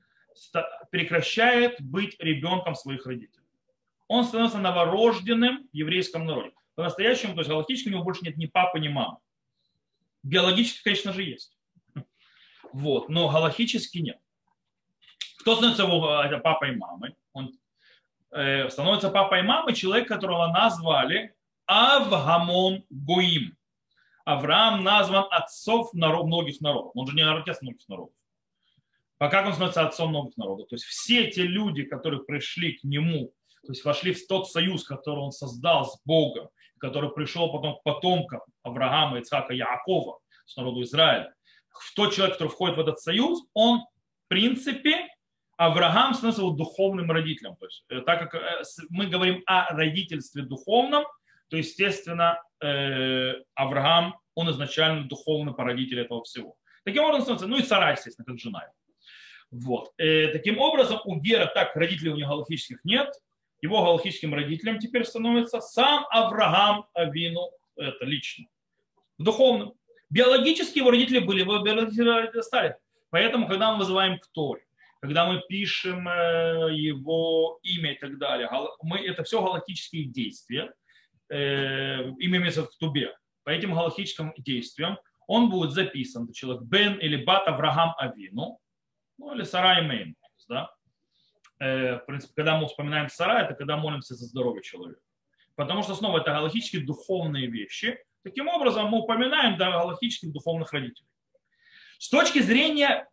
[SPEAKER 1] прекращает быть ребенком своих родителей. Он становится новорожденным в еврейском народе. По-настоящему, то есть галактически у него больше нет ни папы, ни мамы. Биологически, конечно же, есть. Вот, но галактически нет. Кто становится его папой и мамой? Он становится папой и мамой человек, которого назвали Авгамон Гоим. Авраам назван отцом многих народов. Он же не отец многих народов. А как он становится отцом многих народов? То есть все те люди, которые пришли к нему, то есть вошли в тот союз, который он создал с Богом, который пришел потом к потомкам Авраама, Ицхака, Яакова, с народу Израиля. Тот человек, который входит в этот союз, он, в принципе, Авраам становится вот духовным родителем. То есть, так как мы говорим о родительстве духовном, то, естественно, Авраам, он изначально духовный породитель этого всего. Таким образом, становится, ну и Сара, естественно, как жена. Вот. Таким образом, у Гера так родителей у него галактических нет. Его галактическим родителем теперь становится сам Авраам Авину, это лично, в духовном. Биологически его родители были, его биологические родители стали. Поэтому, когда мы вызываем к Торе, когда мы пишем его имя и так далее, это все галактические действия, имя имеется в Ктубе. По этим галактическим действиям он будет записан, человек Бен или Бат Авраам Авину, ну или Сара и Мейн. Да? В принципе, когда мы вспоминаем Сара, это когда молимся за здоровье человека. Потому что снова это галактические духовные вещи. Таким образом, мы упоминаем галактических духовных родителей. С точки зрения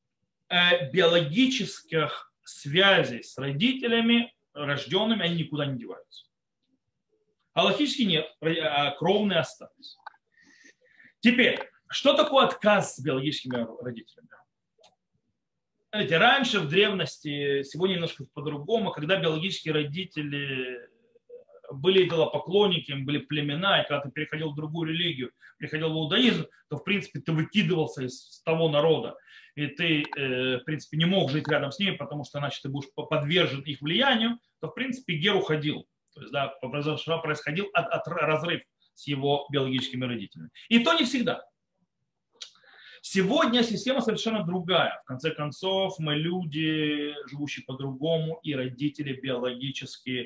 [SPEAKER 1] биологических связей с родителями, рожденными, они никуда не деваются. Галактически нет, а кровные остались. Теперь, что такое отказ с биологическими родителями? Знаете, раньше, в древности, сегодня немножко по-другому, когда биологические родители были идолопоклонники, были племена, и когда ты переходил в другую религию, переходил в иудаизм, то, в принципе, ты выкидывался из того народа, и ты, в принципе, не мог жить рядом с ними, потому что иначе ты будешь подвержен их влиянию, то, в принципе, Гер уходил. То есть, да, происходил разрыв с его биологическими родителями. И то не всегда. Сегодня система совершенно другая. В конце концов, мы люди, живущие по-другому, и родители биологические.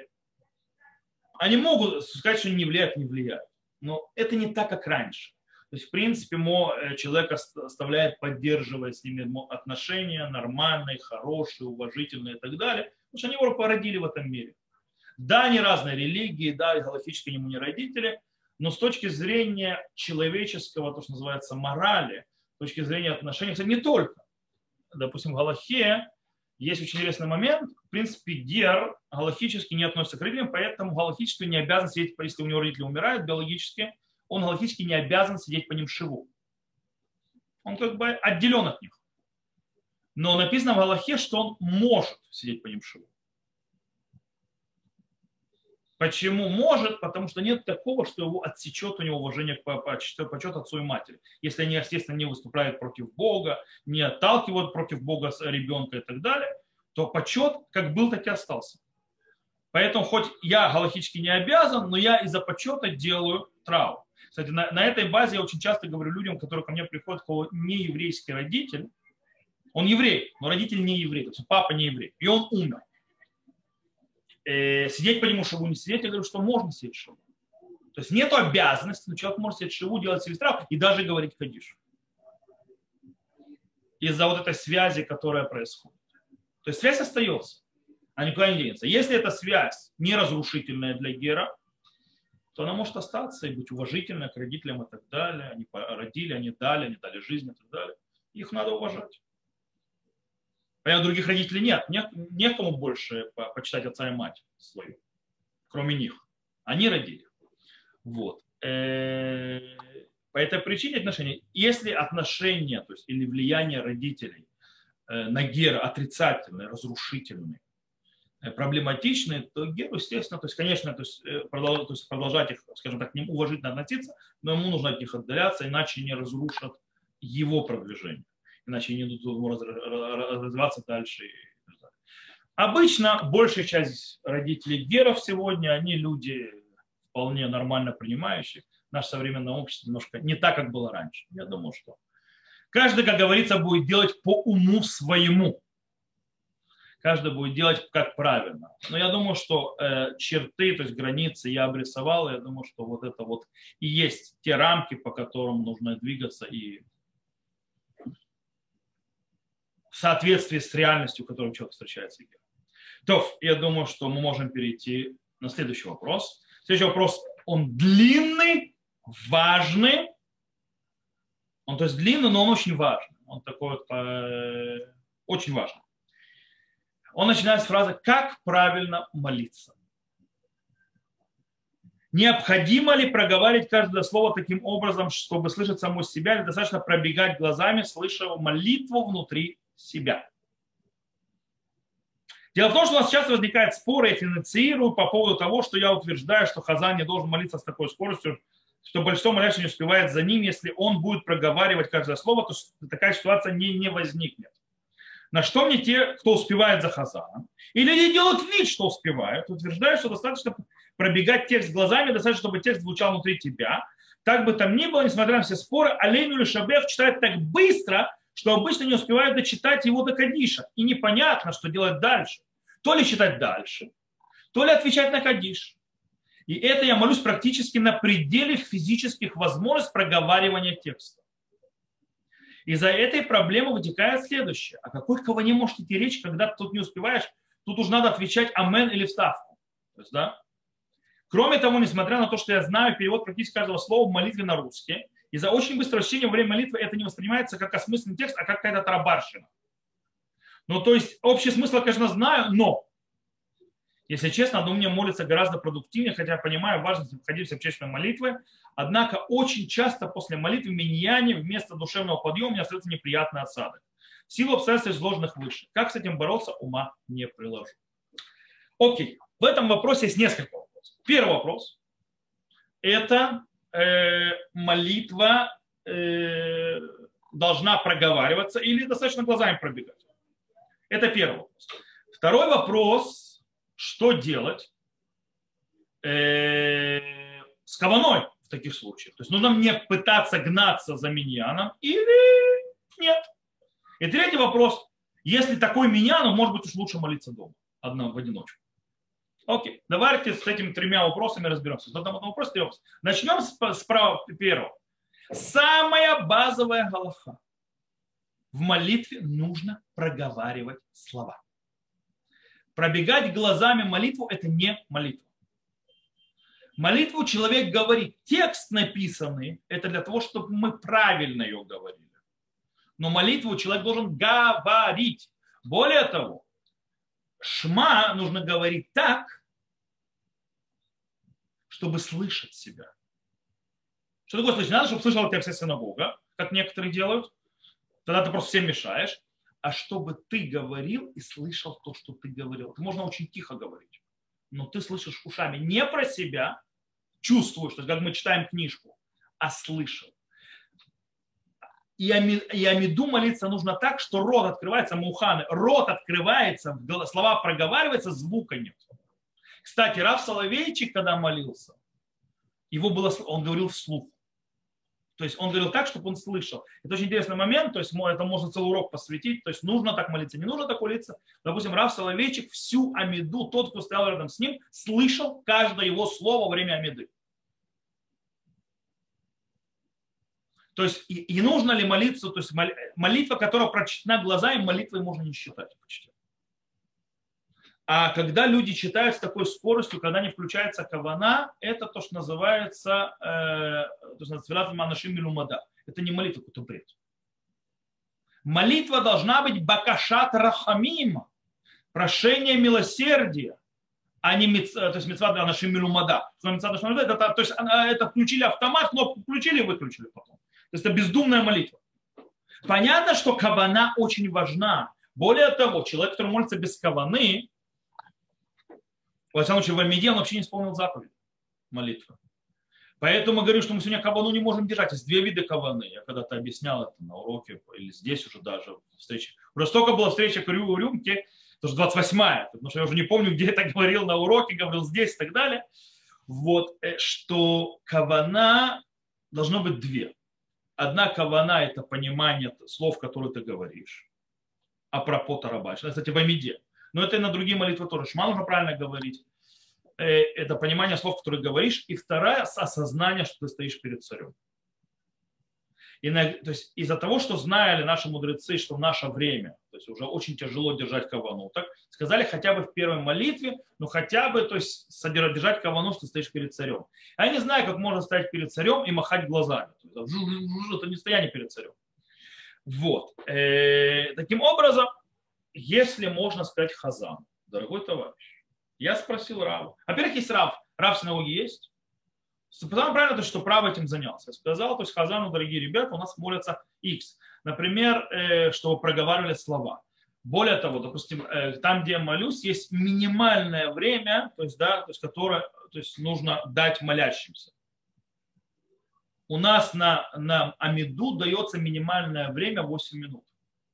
[SPEAKER 1] Они могут сказать, что не влияют, не влияют. Но это не так, как раньше. То есть, в принципе, человек оставляет, поддерживая с ними отношения нормальные, хорошие, уважительные и так далее, потому что они его породили в этом мире. Да, они разные религии, да, и галактически ему не родители, но с точки зрения человеческого, то, что называется, морали, с точки зрения отношений, кстати, не только. Допустим, в Галахе есть очень интересный момент. В принципе, гер галахически не относится к родителям, поэтому галахически не обязан сидеть, если у него родители умирают биологически, он галахически не обязан сидеть по ним шиву. Он как бы отделен от них. Но написано в Галахе, что он может сидеть по ним шиву. Почему может? Потому что нет такого, что его отсечет у него уважение почет отцу и матери. Если они, естественно, не выступают против Бога, не отталкивают против Бога ребенка и так далее, то почет как был, так и остался. Поэтому хоть я галахически не обязан, но я из-за почета делаю траур. Кстати, на этой базе я очень часто говорю людям, которые ко мне приходят, у кого не еврейский родитель, он еврей, но родитель не еврей, то есть папа не еврей, и он умер. Сидеть по нему шиву, не сидеть, я говорю, что можно сидеть шиву. То есть нет обязанности, но человек может сидеть шиву, делать сельстрав и даже говорить кадиш. Из-за вот этой связи, которая происходит. То есть связь остается, а никуда не денется. Если эта связь не разрушительная для гера, то она может остаться и быть уважительной к родителям и так далее. Они родили, они дали жизнь и так далее. Их надо уважать. Понятно, других родителей нет. Некому больше почитать отца и мать свою, кроме них. Они родили. Вот. По этой причине отношения, если отношения, то есть или влияние родителей на гера отрицательные, разрушительные, проблематичные, то геру, естественно, то есть, конечно, продолжать их, скажем так, к ним уважительно относиться, но ему нужно от них отдаляться, иначе не разрушат его продвижение. Иначе они будут развиваться дальше. Обычно большая часть родителей геров сегодня, они люди вполне нормально принимающие. Наше современное общество немножко не так, как было раньше. Я думаю, что каждый, как говорится, будет делать по уму своему. Каждый будет делать как правильно. Но я думаю, что черты, то есть границы я обрисовал. Я думаю, что вот это вот и есть те рамки, по которым нужно двигаться и в соответствии с реальностью, в которой человек встречается. То, я думаю, что мы можем перейти на следующий вопрос. Следующий вопрос, он длинный, важный. Он, то есть, длинный, но он очень важный. Он такой вот, очень важный. Он начинает с фразы «Как правильно молиться?». Необходимо ли проговаривать каждое слово таким образом, чтобы слышать саму себя, или достаточно пробегать глазами, слыша молитву внутри себя? Дело в том, что у нас часто возникают споры, я их инициирую по поводу того, что я утверждаю, что Хазан не должен молиться с такой скоростью, что большинство молящих не успевает за ним. Если он будет проговаривать каждое слово, то такая ситуация не возникнет. На что мне те, кто успевает за Хазаном, или делают вид, что успевают, утверждают, что достаточно пробегать текст глазами, достаточно, чтобы текст звучал внутри тебя. Так бы там ни было, несмотря на все споры, Алейну или Шабех читает так быстро, что обычно не успевают дочитать его до Кадиша. И непонятно, что делать дальше. То ли читать дальше, то ли отвечать на Кадиш. И это я молюсь практически на пределе физических возможностей проговаривания текста. Из-за этой проблемы вытекает следующее. О какой каване может идти речь, когда ты тут не успеваешь? Тут уж надо отвечать амен или вставку. То есть, да? Кроме того, несмотря на то, что я знаю перевод практически каждого слова в молитве на русский, из-за очень быстрого чтения во время молитвы это не воспринимается как осмысленный текст, а как какая-то тарабарщина. Ну, то есть, общий смысл я, конечно, знаю, но, если честно, оно мне молится гораздо продуктивнее, хотя я понимаю важность находиться в общественной молитве. Однако очень часто после молитвы миньяне вместо душевного подъема у меня остается неприятный осадок. В силу обстоятельств, изложенных выше. Как с этим бороться, ума не приложу. Окей. В этом вопросе есть несколько вопросов. Первый вопрос. Это молитва должна проговариваться или достаточно глазами пробегать. Это первый вопрос. Второй вопрос. Что делать с каваной в таких случаях? То есть нужно мне пытаться гнаться за миньяном или нет? И третий вопрос. Если такой миньян, может быть, уж лучше молиться дома, в одиночку. Окей, давайте с этими тремя вопросами разберемся. Начнем с первого. Самая базовая галаха. В молитве нужно проговаривать слова. Пробегать глазами молитву – это не молитва. Молитву человек говорит. Текст написанный – это для того, чтобы мы правильно ее говорили. Но молитву человек должен говорить. Более того, шма нужно говорить так, чтобы слышать себя. Что такое слышать? Надо, чтобы слышала тебя вся синагога, как некоторые делают. Тогда ты просто всем мешаешь. А чтобы ты говорил и слышал то, что ты говорил. Это можно очень тихо говорить. Но ты слышишь ушами не про себя, чувствуешь, то есть как мы читаем книжку, а слышал. И амиду молиться нужно так, что рот открывается, муханы, рот открывается, слова проговариваются, звука нет. Кстати, Рав Соловейчик, когда молился, он говорил вслух. То есть он говорил так, чтобы он слышал. Это очень интересный момент, то есть это можно целый урок посвятить, то есть нужно так молиться, не нужно так молиться. Допустим, Рав Соловейчик всю амиду, тот, кто стоял рядом с ним, слышал каждое его слово во время амиды. То есть и нужно ли молиться, то есть молитва, которая прочтена глазами, молитвой можно не считать почти. А когда люди читают с такой скоростью, когда не включается кавана, это то, что называется это не молитва, это бред. Молитва должна быть бакашат рахамим, прошение милосердия, а не то есть мицват анашим милумада. То есть это включили автомат, кнопку включили и выключили потом. То есть это бездумная молитва. Понятно, что кавана очень важна. Более того, человек, который молится без каваны, во всяком случае, в Амиде он вообще не исполнил заповедь молитвы. Поэтому говорю, что мы сегодня кавану не можем держать. Есть две вида каваны. Я когда-то объяснял это на уроке, или здесь уже даже в встрече. Уже столько была встреча к рюмке, это уже 28-я, потому что я уже не помню, где я так говорил на уроке, говорил здесь и так далее. Вот, что кавана должно быть две. Одна кавана – это понимание слов, которые ты говоришь. Апропо тарабаш. Кстати, в Амиде. Но это и на другие молитвы тоже. Шма нужно правильно говорить. Это понимание слов, которые говоришь. И вторая – осознание, что ты стоишь перед царем. То есть из-за того, что знали наши мудрецы, что в наше время, то есть уже очень тяжело держать кавану, так сказали хотя бы в первой молитве, но хотя бы, то есть держать кавану, что ты стоишь перед царем. Я не знаю, как можно стоять перед царем и махать глазами. Это не стояние перед царем. Вот. Таким образом, если можно сказать хазан, дорогой товарищ, я спросил Рава. Во-первых, есть Рав. Рав в синагоге есть. Потому правильно, то, что Рав этим занялся. Я сказал, то есть хазану, дорогие ребята, у нас молятся X. Например, чтобы проговаривали слова. Более того, допустим, там, где я молюсь, есть минимальное время, то есть, да, то есть, которое то есть, нужно дать молящимся. У нас на амиду дается минимальное время 8 минут.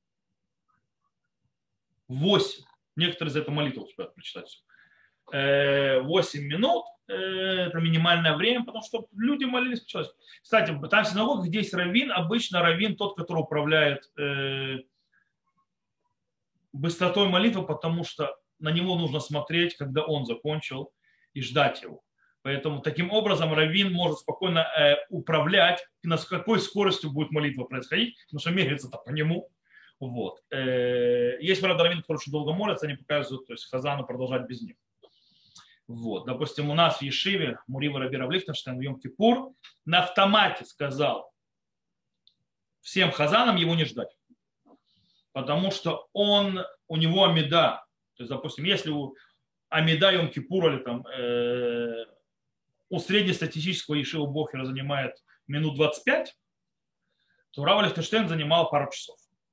[SPEAKER 1] 8. Некоторые за это молитву успеют прочитать. 8 минут – это минимальное время, потому что люди молились по человеку. Кстати, там в синагогах, где есть раввин, обычно раввин тот, который управляет быстротой молитвы, потому что на него нужно смотреть, когда он закончил, и ждать его. Поэтому таким образом раввин может спокойно управлять, с какой скоростью будет молитва происходить, потому что меряется-то по нему. Вот. Есть, правда, раввин, который очень долго молится, они показывают, то есть хазану продолжать без них. Вот. Допустим, у нас в Ешиве Мурива Раби Рав Лихтенштейн в Йом-Кипур на автомате сказал всем хазанам его не ждать. Потому что у него амида. То есть, допустим, если у амида Йом-Кипура или там у среднестатистического Ешива Бохера занимает минут 25, то Рав Лихтенштейн занимал пару часов.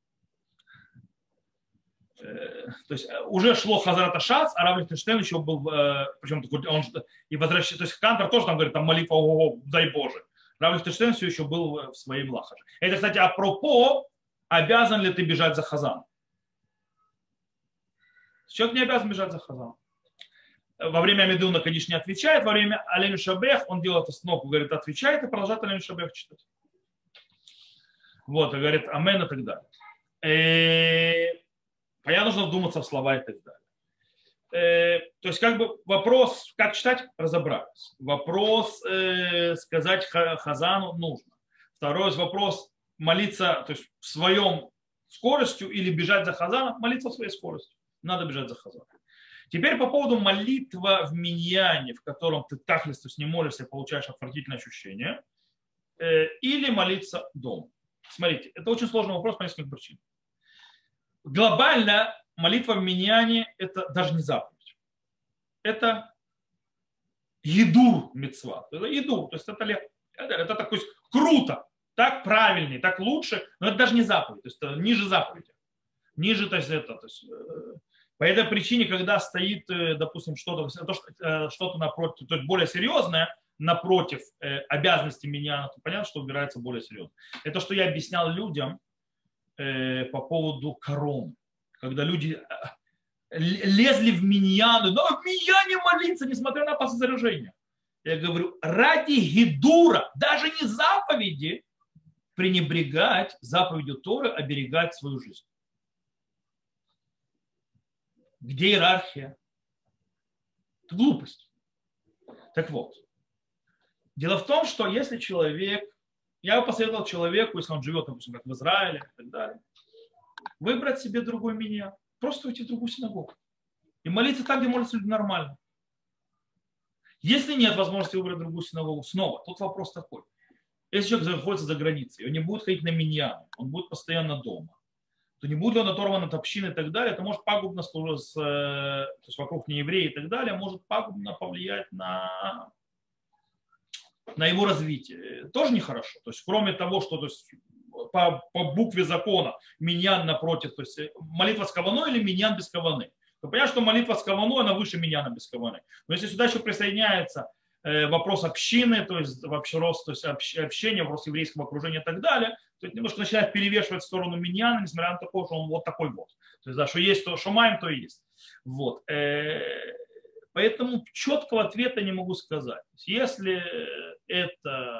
[SPEAKER 1] То есть уже шло Хазарат Ашац, а Рав Лихтенштейн еще был, причем он и возвращается, то есть Кантор тоже там говорит, там молитва, ого, дай Боже. Рав Лихтенштейн все еще был в своей млахаже. Это, кстати, апропо, обязан ли ты бежать за Хазаном? Человек не обязан бежать за Хазаном. Во время Амиды он, конечно, не отвечает, во время Алейну Шабех он делает остановку, говорит, отвечает и продолжает Алейну Шабех читать. Вот, и говорит, амен и так далее. Понятно, нужно вдуматься в слова и так далее. То есть, как бы вопрос, как читать, разобрались. Вопрос сказать хазану нужно. Второй вопрос, молиться, то есть в своем скоростью или бежать за хазаном, молиться в своей скоростью. Надо бежать за хазаном. Теперь по поводу молитва в миньяне, в котором ты тахлис, то есть не молишься, получаешь отвратительное ощущение, или молиться дома. Смотрите, это очень сложный вопрос по нескольким причинам. Глобально молитва в миньяне – это даже не заповедь. Это едур мицва. Это едур, то есть это такой круто, так правильнее, так лучше, но это даже не заповедь, то есть это ниже заповеди. Ниже, то есть это, то есть, по этой причине, когда стоит, допустим, что-то напротив, то есть более серьезное, напротив обязанности меня, то понятно, что убирается более серьезно. Это что я объяснял людям по поводу короны. Когда люди лезли в миньяны, но в миньяне молиться, несмотря на опасное заражение. Я говорю, ради гидура, даже не заповеди, пренебрегать заповедью Торы, оберегать свою жизнь. Где иерархия? Это глупость. Так вот. Дело в том, что если человек, я бы посоветовал человеку, если он живет, допустим, как в Израиле и так далее, выбрать себе другой миньян, просто уйти в другую синагогу и молиться так, где молятся люди нормально. Если нет возможности выбрать другую синагогу, снова, тут вопрос такой. Если человек находится за границей, он не будет ходить на миньяны, он будет постоянно дома, то не будет он оторван от общины и так далее, это может пагубно, то есть вокруг неевреи и так далее, может пагубно повлиять на его развитие. Тоже нехорошо. То есть кроме того, что то есть, по букве закона миньян напротив, то есть молитва с каваной или миньян без каваны. То понятно, что молитва с каваной, она выше миньяна без каваны. Но если сюда еще присоединяется вопрос общины, то есть вообще рост, то есть общение, вопрос еврейского окружения и так далее, то это немножко начинает перевешивать в сторону миньяна, несмотря на то, что он вот такой вот. То есть, да, что есть, то, что маем, то и есть. Вот. Поэтому четкого ответа не могу сказать. Если это...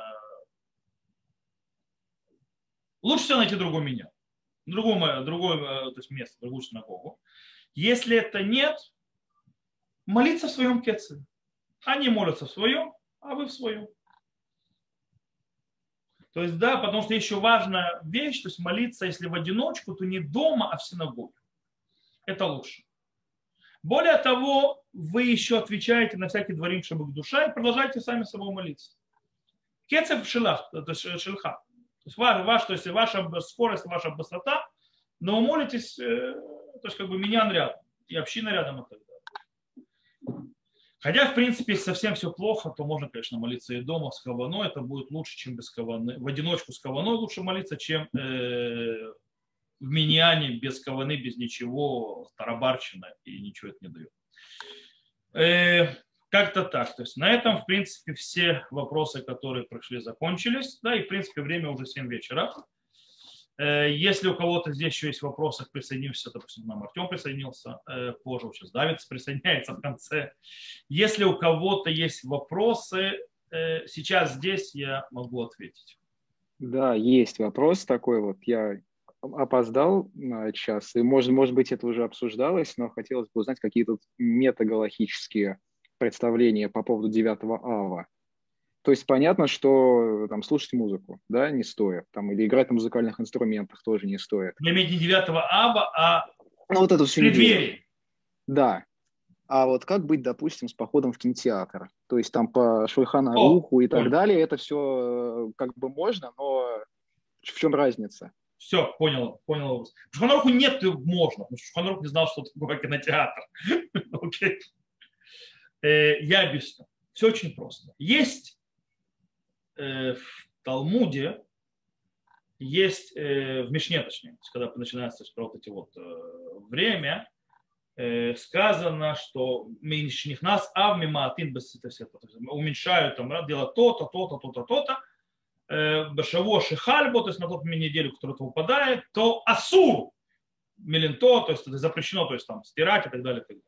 [SPEAKER 1] Лучше всего найти другой меня, другое то есть место, другую синагогу. Если это нет, молиться в своем кеце. Они молятся в своем, а вы в своем. То есть, да, потому что еще важная вещь, то есть молиться, если в одиночку, то не дома, а в синагоге. Это лучше. Более того, вы еще отвечаете на всякие дворим шабык душа и продолжаете сами с собой молиться. Кецев шилах, то есть шилха. То есть, то есть ваша скорость, ваша быстрота, но вы молитесь, то есть как бы миньян рядом, и община рядом и так далее. Хотя, в принципе, если совсем все плохо, то можно, конечно, молиться и дома с каваной, это будет лучше, чем без каваны. В одиночку с каваной лучше молиться, чем в миньяне без каваны, без ничего, тарабарщина, и ничего это не дает. Как-то так. То есть на этом, в принципе, все вопросы, которые прошли, закончились. Да, и, в принципе, время уже 7 вечера. Если у кого-то здесь еще есть вопросы, присоединимся, допустим, нам Артем присоединился позже, сейчас Давид присоединяется в конце. Если у кого-то есть вопросы, сейчас здесь я могу ответить.
[SPEAKER 3] Да, есть вопрос такой вот. Я опоздал на час, и, может быть, это уже обсуждалось, но хотелось бы узнать какие-то метагалахические представления по поводу 9-го ава. То есть понятно, что там слушать музыку, да, не стоит, там, или играть на музыкальных инструментах тоже не стоит.
[SPEAKER 1] Вы имеете не 9-го ава, а
[SPEAKER 3] ну, вот эту всю
[SPEAKER 1] преддверие.
[SPEAKER 3] Да. А вот как быть, допустим, с походом в кинотеатр? То есть там по Шульхан Аруху и так далее, это все как бы можно, но в чем разница?
[SPEAKER 1] Все, понял. В Шульхан Аруху нет, можно, потому что Шульхан Арух не знал, что такое кинотеатр. Окей. Я объясню. Все очень просто. Есть в Талмуде, есть в Мишне, точнее, когда начинается про вот эти вот время, сказано, что нас авмимаатин уменьшают, там, делать то-то, то-то, то-то, то-то, башаво шихальбо, то есть на тот неделю, которая это выпадает, то асур меленто, то есть это запрещено, то есть там стирать и так далее, и так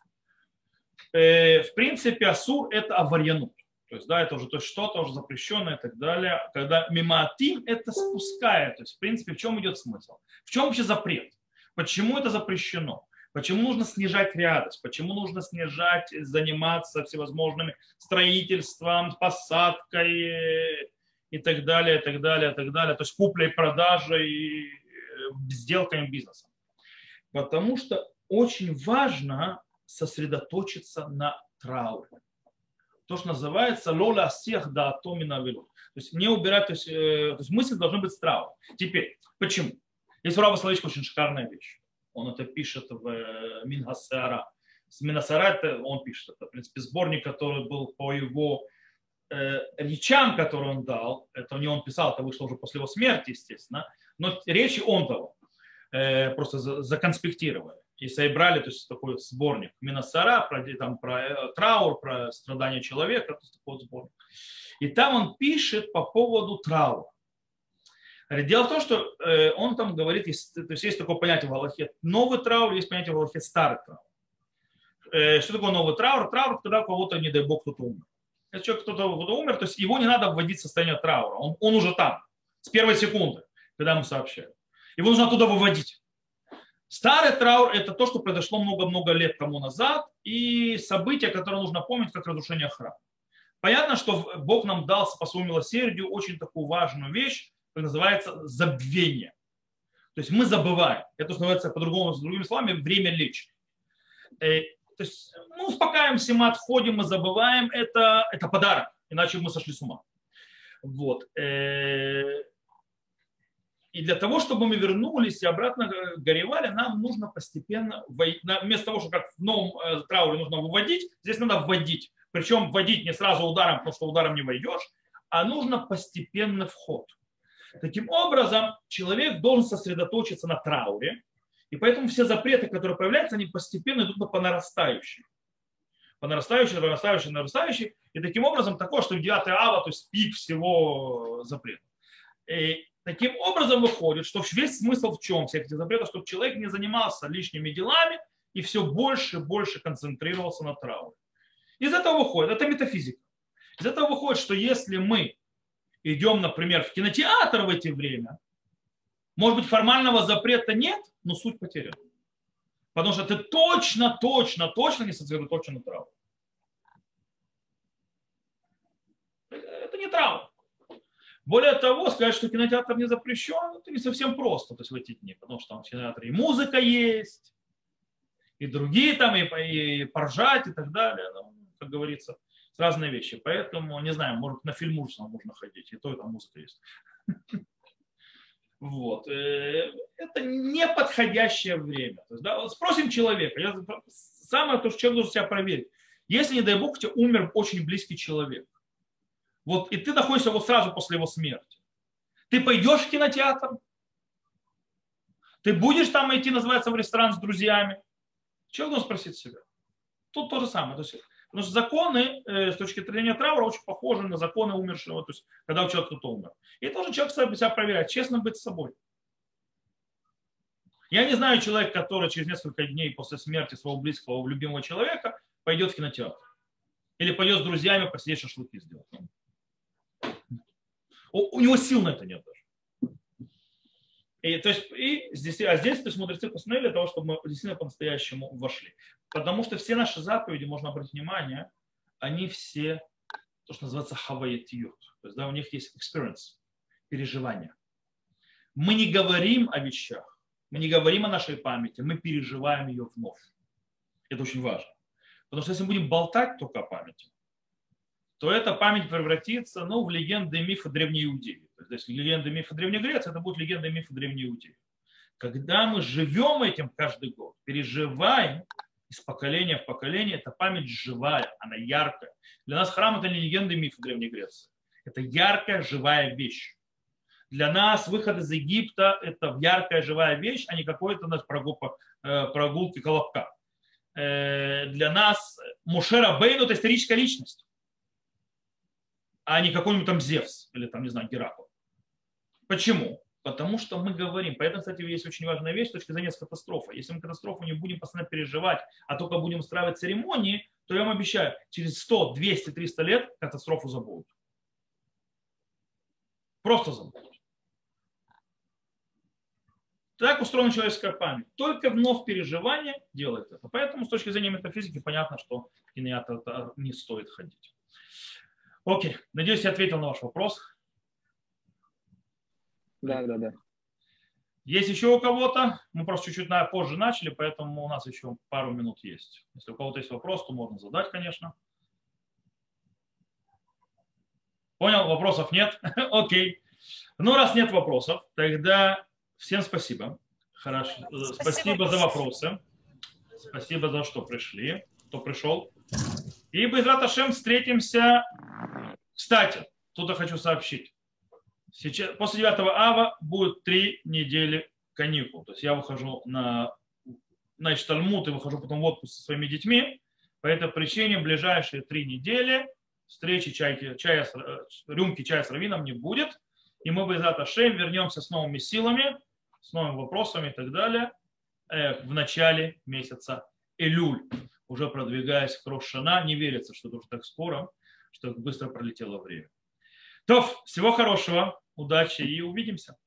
[SPEAKER 1] далее. В принципе, асур это аварьянут. То есть, да, это уже то есть что-то уже запрещенное и так далее. Когда мимаатим это спускает. То есть, в принципе, в чем идет смысл? В чем вообще запрет? Почему это запрещено? Почему нужно снижать рядость? Почему нужно снижать, заниматься всевозможными строительством, посадкой и так далее, и так далее, и так далее. То есть купля и продажа и сделками бизнеса. Потому что очень важно сосредоточиться на трауре. То, что называется лола асех да атомина велот. То есть не убирать, то есть мысли должны быть с трауром. Теперь, почему? Есть у Рава Соловейчика очень шикарная вещь. Он это пишет в Мингасара. С Мингасара он пишет. Это, в принципе, сборник, который был по его речам, которые он дал. Это не он писал, это вышло уже после его смерти, естественно. Но речи он дал. Просто законспектировали. И собрали, то есть такой сборник Мингасара про траур, про страдания человека. То есть такой сборник. И там он пишет по поводу траура. Дело в том, что он там говорит, то есть есть такое понятие в Галахе новый траур, есть понятие в Галахе старый траур. Что такое новый траур? Траур, когда у кого-то, не дай бог, кто-то умер. Если человек кто-то умер, то есть его не надо вводить в состояние траура. Он уже там, с первой секунды, когда ему сообщают. Его нужно оттуда выводить. Старый траур – это то, что произошло много-много лет тому назад, и события, которые нужно помнить, как разрушение храма. Понятно, что Бог нам дал по своему милосердию очень такую важную вещь, которая называется забвение. То есть мы забываем. Это называется по-другому, с другими словами, время лечь. То есть мы успокаиваемся, мы отходим, мы забываем. Это подарок, иначе мы сошли с ума. Вот. И для того, чтобы мы вернулись и обратно горевали, нам нужно постепенно, вместо того, что как в новом трауре нужно выводить, здесь надо вводить. Причем вводить не сразу ударом, потому что ударом не войдешь, а нужно постепенный вход. Таким образом, человек должен сосредоточиться на трауре, и поэтому все запреты, которые появляются, они постепенно идут по нарастающей. По нарастающей, нарастающей, нарастающей. И таким образом такое, что 9 ава, то есть пик всего запрета. И таким образом выходит, что весь смысл в чем всех этих запретов, чтобы человек не занимался лишними делами и все больше и больше концентрировался на трауре. Из этого выходит, это метафизика. Из этого выходит, что если мы идем, например, в кинотеатр в это время, может быть, формального запрета нет, но суть потеряна. Потому что ты точно не сосредоточен на трауре. Это не траур. Более того, сказать, что кинотеатр не запрещен, это не совсем просто, то есть в эти дни, потому что там в кинотеатре и музыка есть, и другие там, и поржать, и так далее, ну, как говорится, разные вещи. Поэтому, не знаю, может, на фильм ужасов можно ходить, и то, и там музыка есть. Вот. Это неподходящее время. То есть, да, спросим человека. Самое то, что человек должен себя проверить. Если, не дай бог, у тебя умер очень близкий человек, вот, и ты находишься вот сразу после его смерти, ты пойдешь в кинотеатр? Ты будешь там идти, называется, в ресторан с друзьями? Человек должен спросить себя. Тут то же самое. То есть, потому что законы с точки зрения траура очень похожи на законы умершего, то есть когда у человека кто-то умер. И должен человек себя проверять, честно быть с собой. Я не знаю человека, который через несколько дней после смерти своего близкого, любимого человека пойдет в кинотеатр. Или пойдет с друзьями посидеть шашлыки сделать. У него сил на это нет даже. Здесь то есть мудрецы постановили для того, чтобы мы действительно по-настоящему вошли. Потому что все наши заповеди, можно обратить внимание, они все, то, что называется хаваятиют. То есть, да, у них есть experience, переживания. Мы не говорим о вещах, мы не говорим о нашей памяти, мы переживаем ее вновь. Это очень важно. Потому что если мы будем болтать только о памяти, то эта память превратится в легенды и мифы Древней Иудеи. То есть, если легенды и мифы Древней Греции, это будут легенды и мифы Древней Иудеи. Когда мы живем этим каждый год, переживаем из поколения в поколение, эта память живая, она яркая. Для нас храм – это не легенды и мифы Древней Греции. Это яркая, живая вещь. Для нас выход из Египта – это яркая, живая вещь, а не какой-то прогулки колобка. Для нас Моше Рабейну – это историческая личность, а не какой-нибудь там Зевс или там, не знаю, Геракл. Почему? Потому что мы говорим. Поэтому, кстати, есть очень важная вещь с точки зрения катастрофы. Если мы катастрофу не будем постоянно переживать, а только будем устраивать церемонии, то я вам обещаю, через 100, 200, 300 лет катастрофу забудут. Просто забудут. Так устроена человеческая память. Только вновь переживание делает это. Поэтому с точки зрения метафизики понятно, что в кинотеатр не стоит ходить. Окей. Надеюсь, я ответил на ваш вопрос.
[SPEAKER 3] Да.
[SPEAKER 1] Есть еще у кого-то? Мы просто чуть-чуть позже начали, поэтому у нас еще пару минут есть. Если у кого-то есть вопрос, то можно задать, конечно. Понял? Вопросов нет? Окей. Ну, раз нет вопросов, тогда всем спасибо. Хорошо. Спасибо за вопросы. Спасибо за что пришли, кто пришел. И Безрат Ашем встретимся. Кстати, тут я хочу сообщить. Сейчас, после 9 ава будет 3 недели каникул. То есть я выхожу на Талмуд и выхожу потом в отпуск со своими детьми. По этой причине ближайшие 3 недели встречи рюмки чая с раввином не будет. И мы Безрат Ашем вернемся с новыми силами, с новыми вопросами и так далее в начале месяца Элюль. Уже продвигаясь к Рош Шана, не верится, что это уже так скоро, что быстро пролетело время. То, всего хорошего, удачи и увидимся.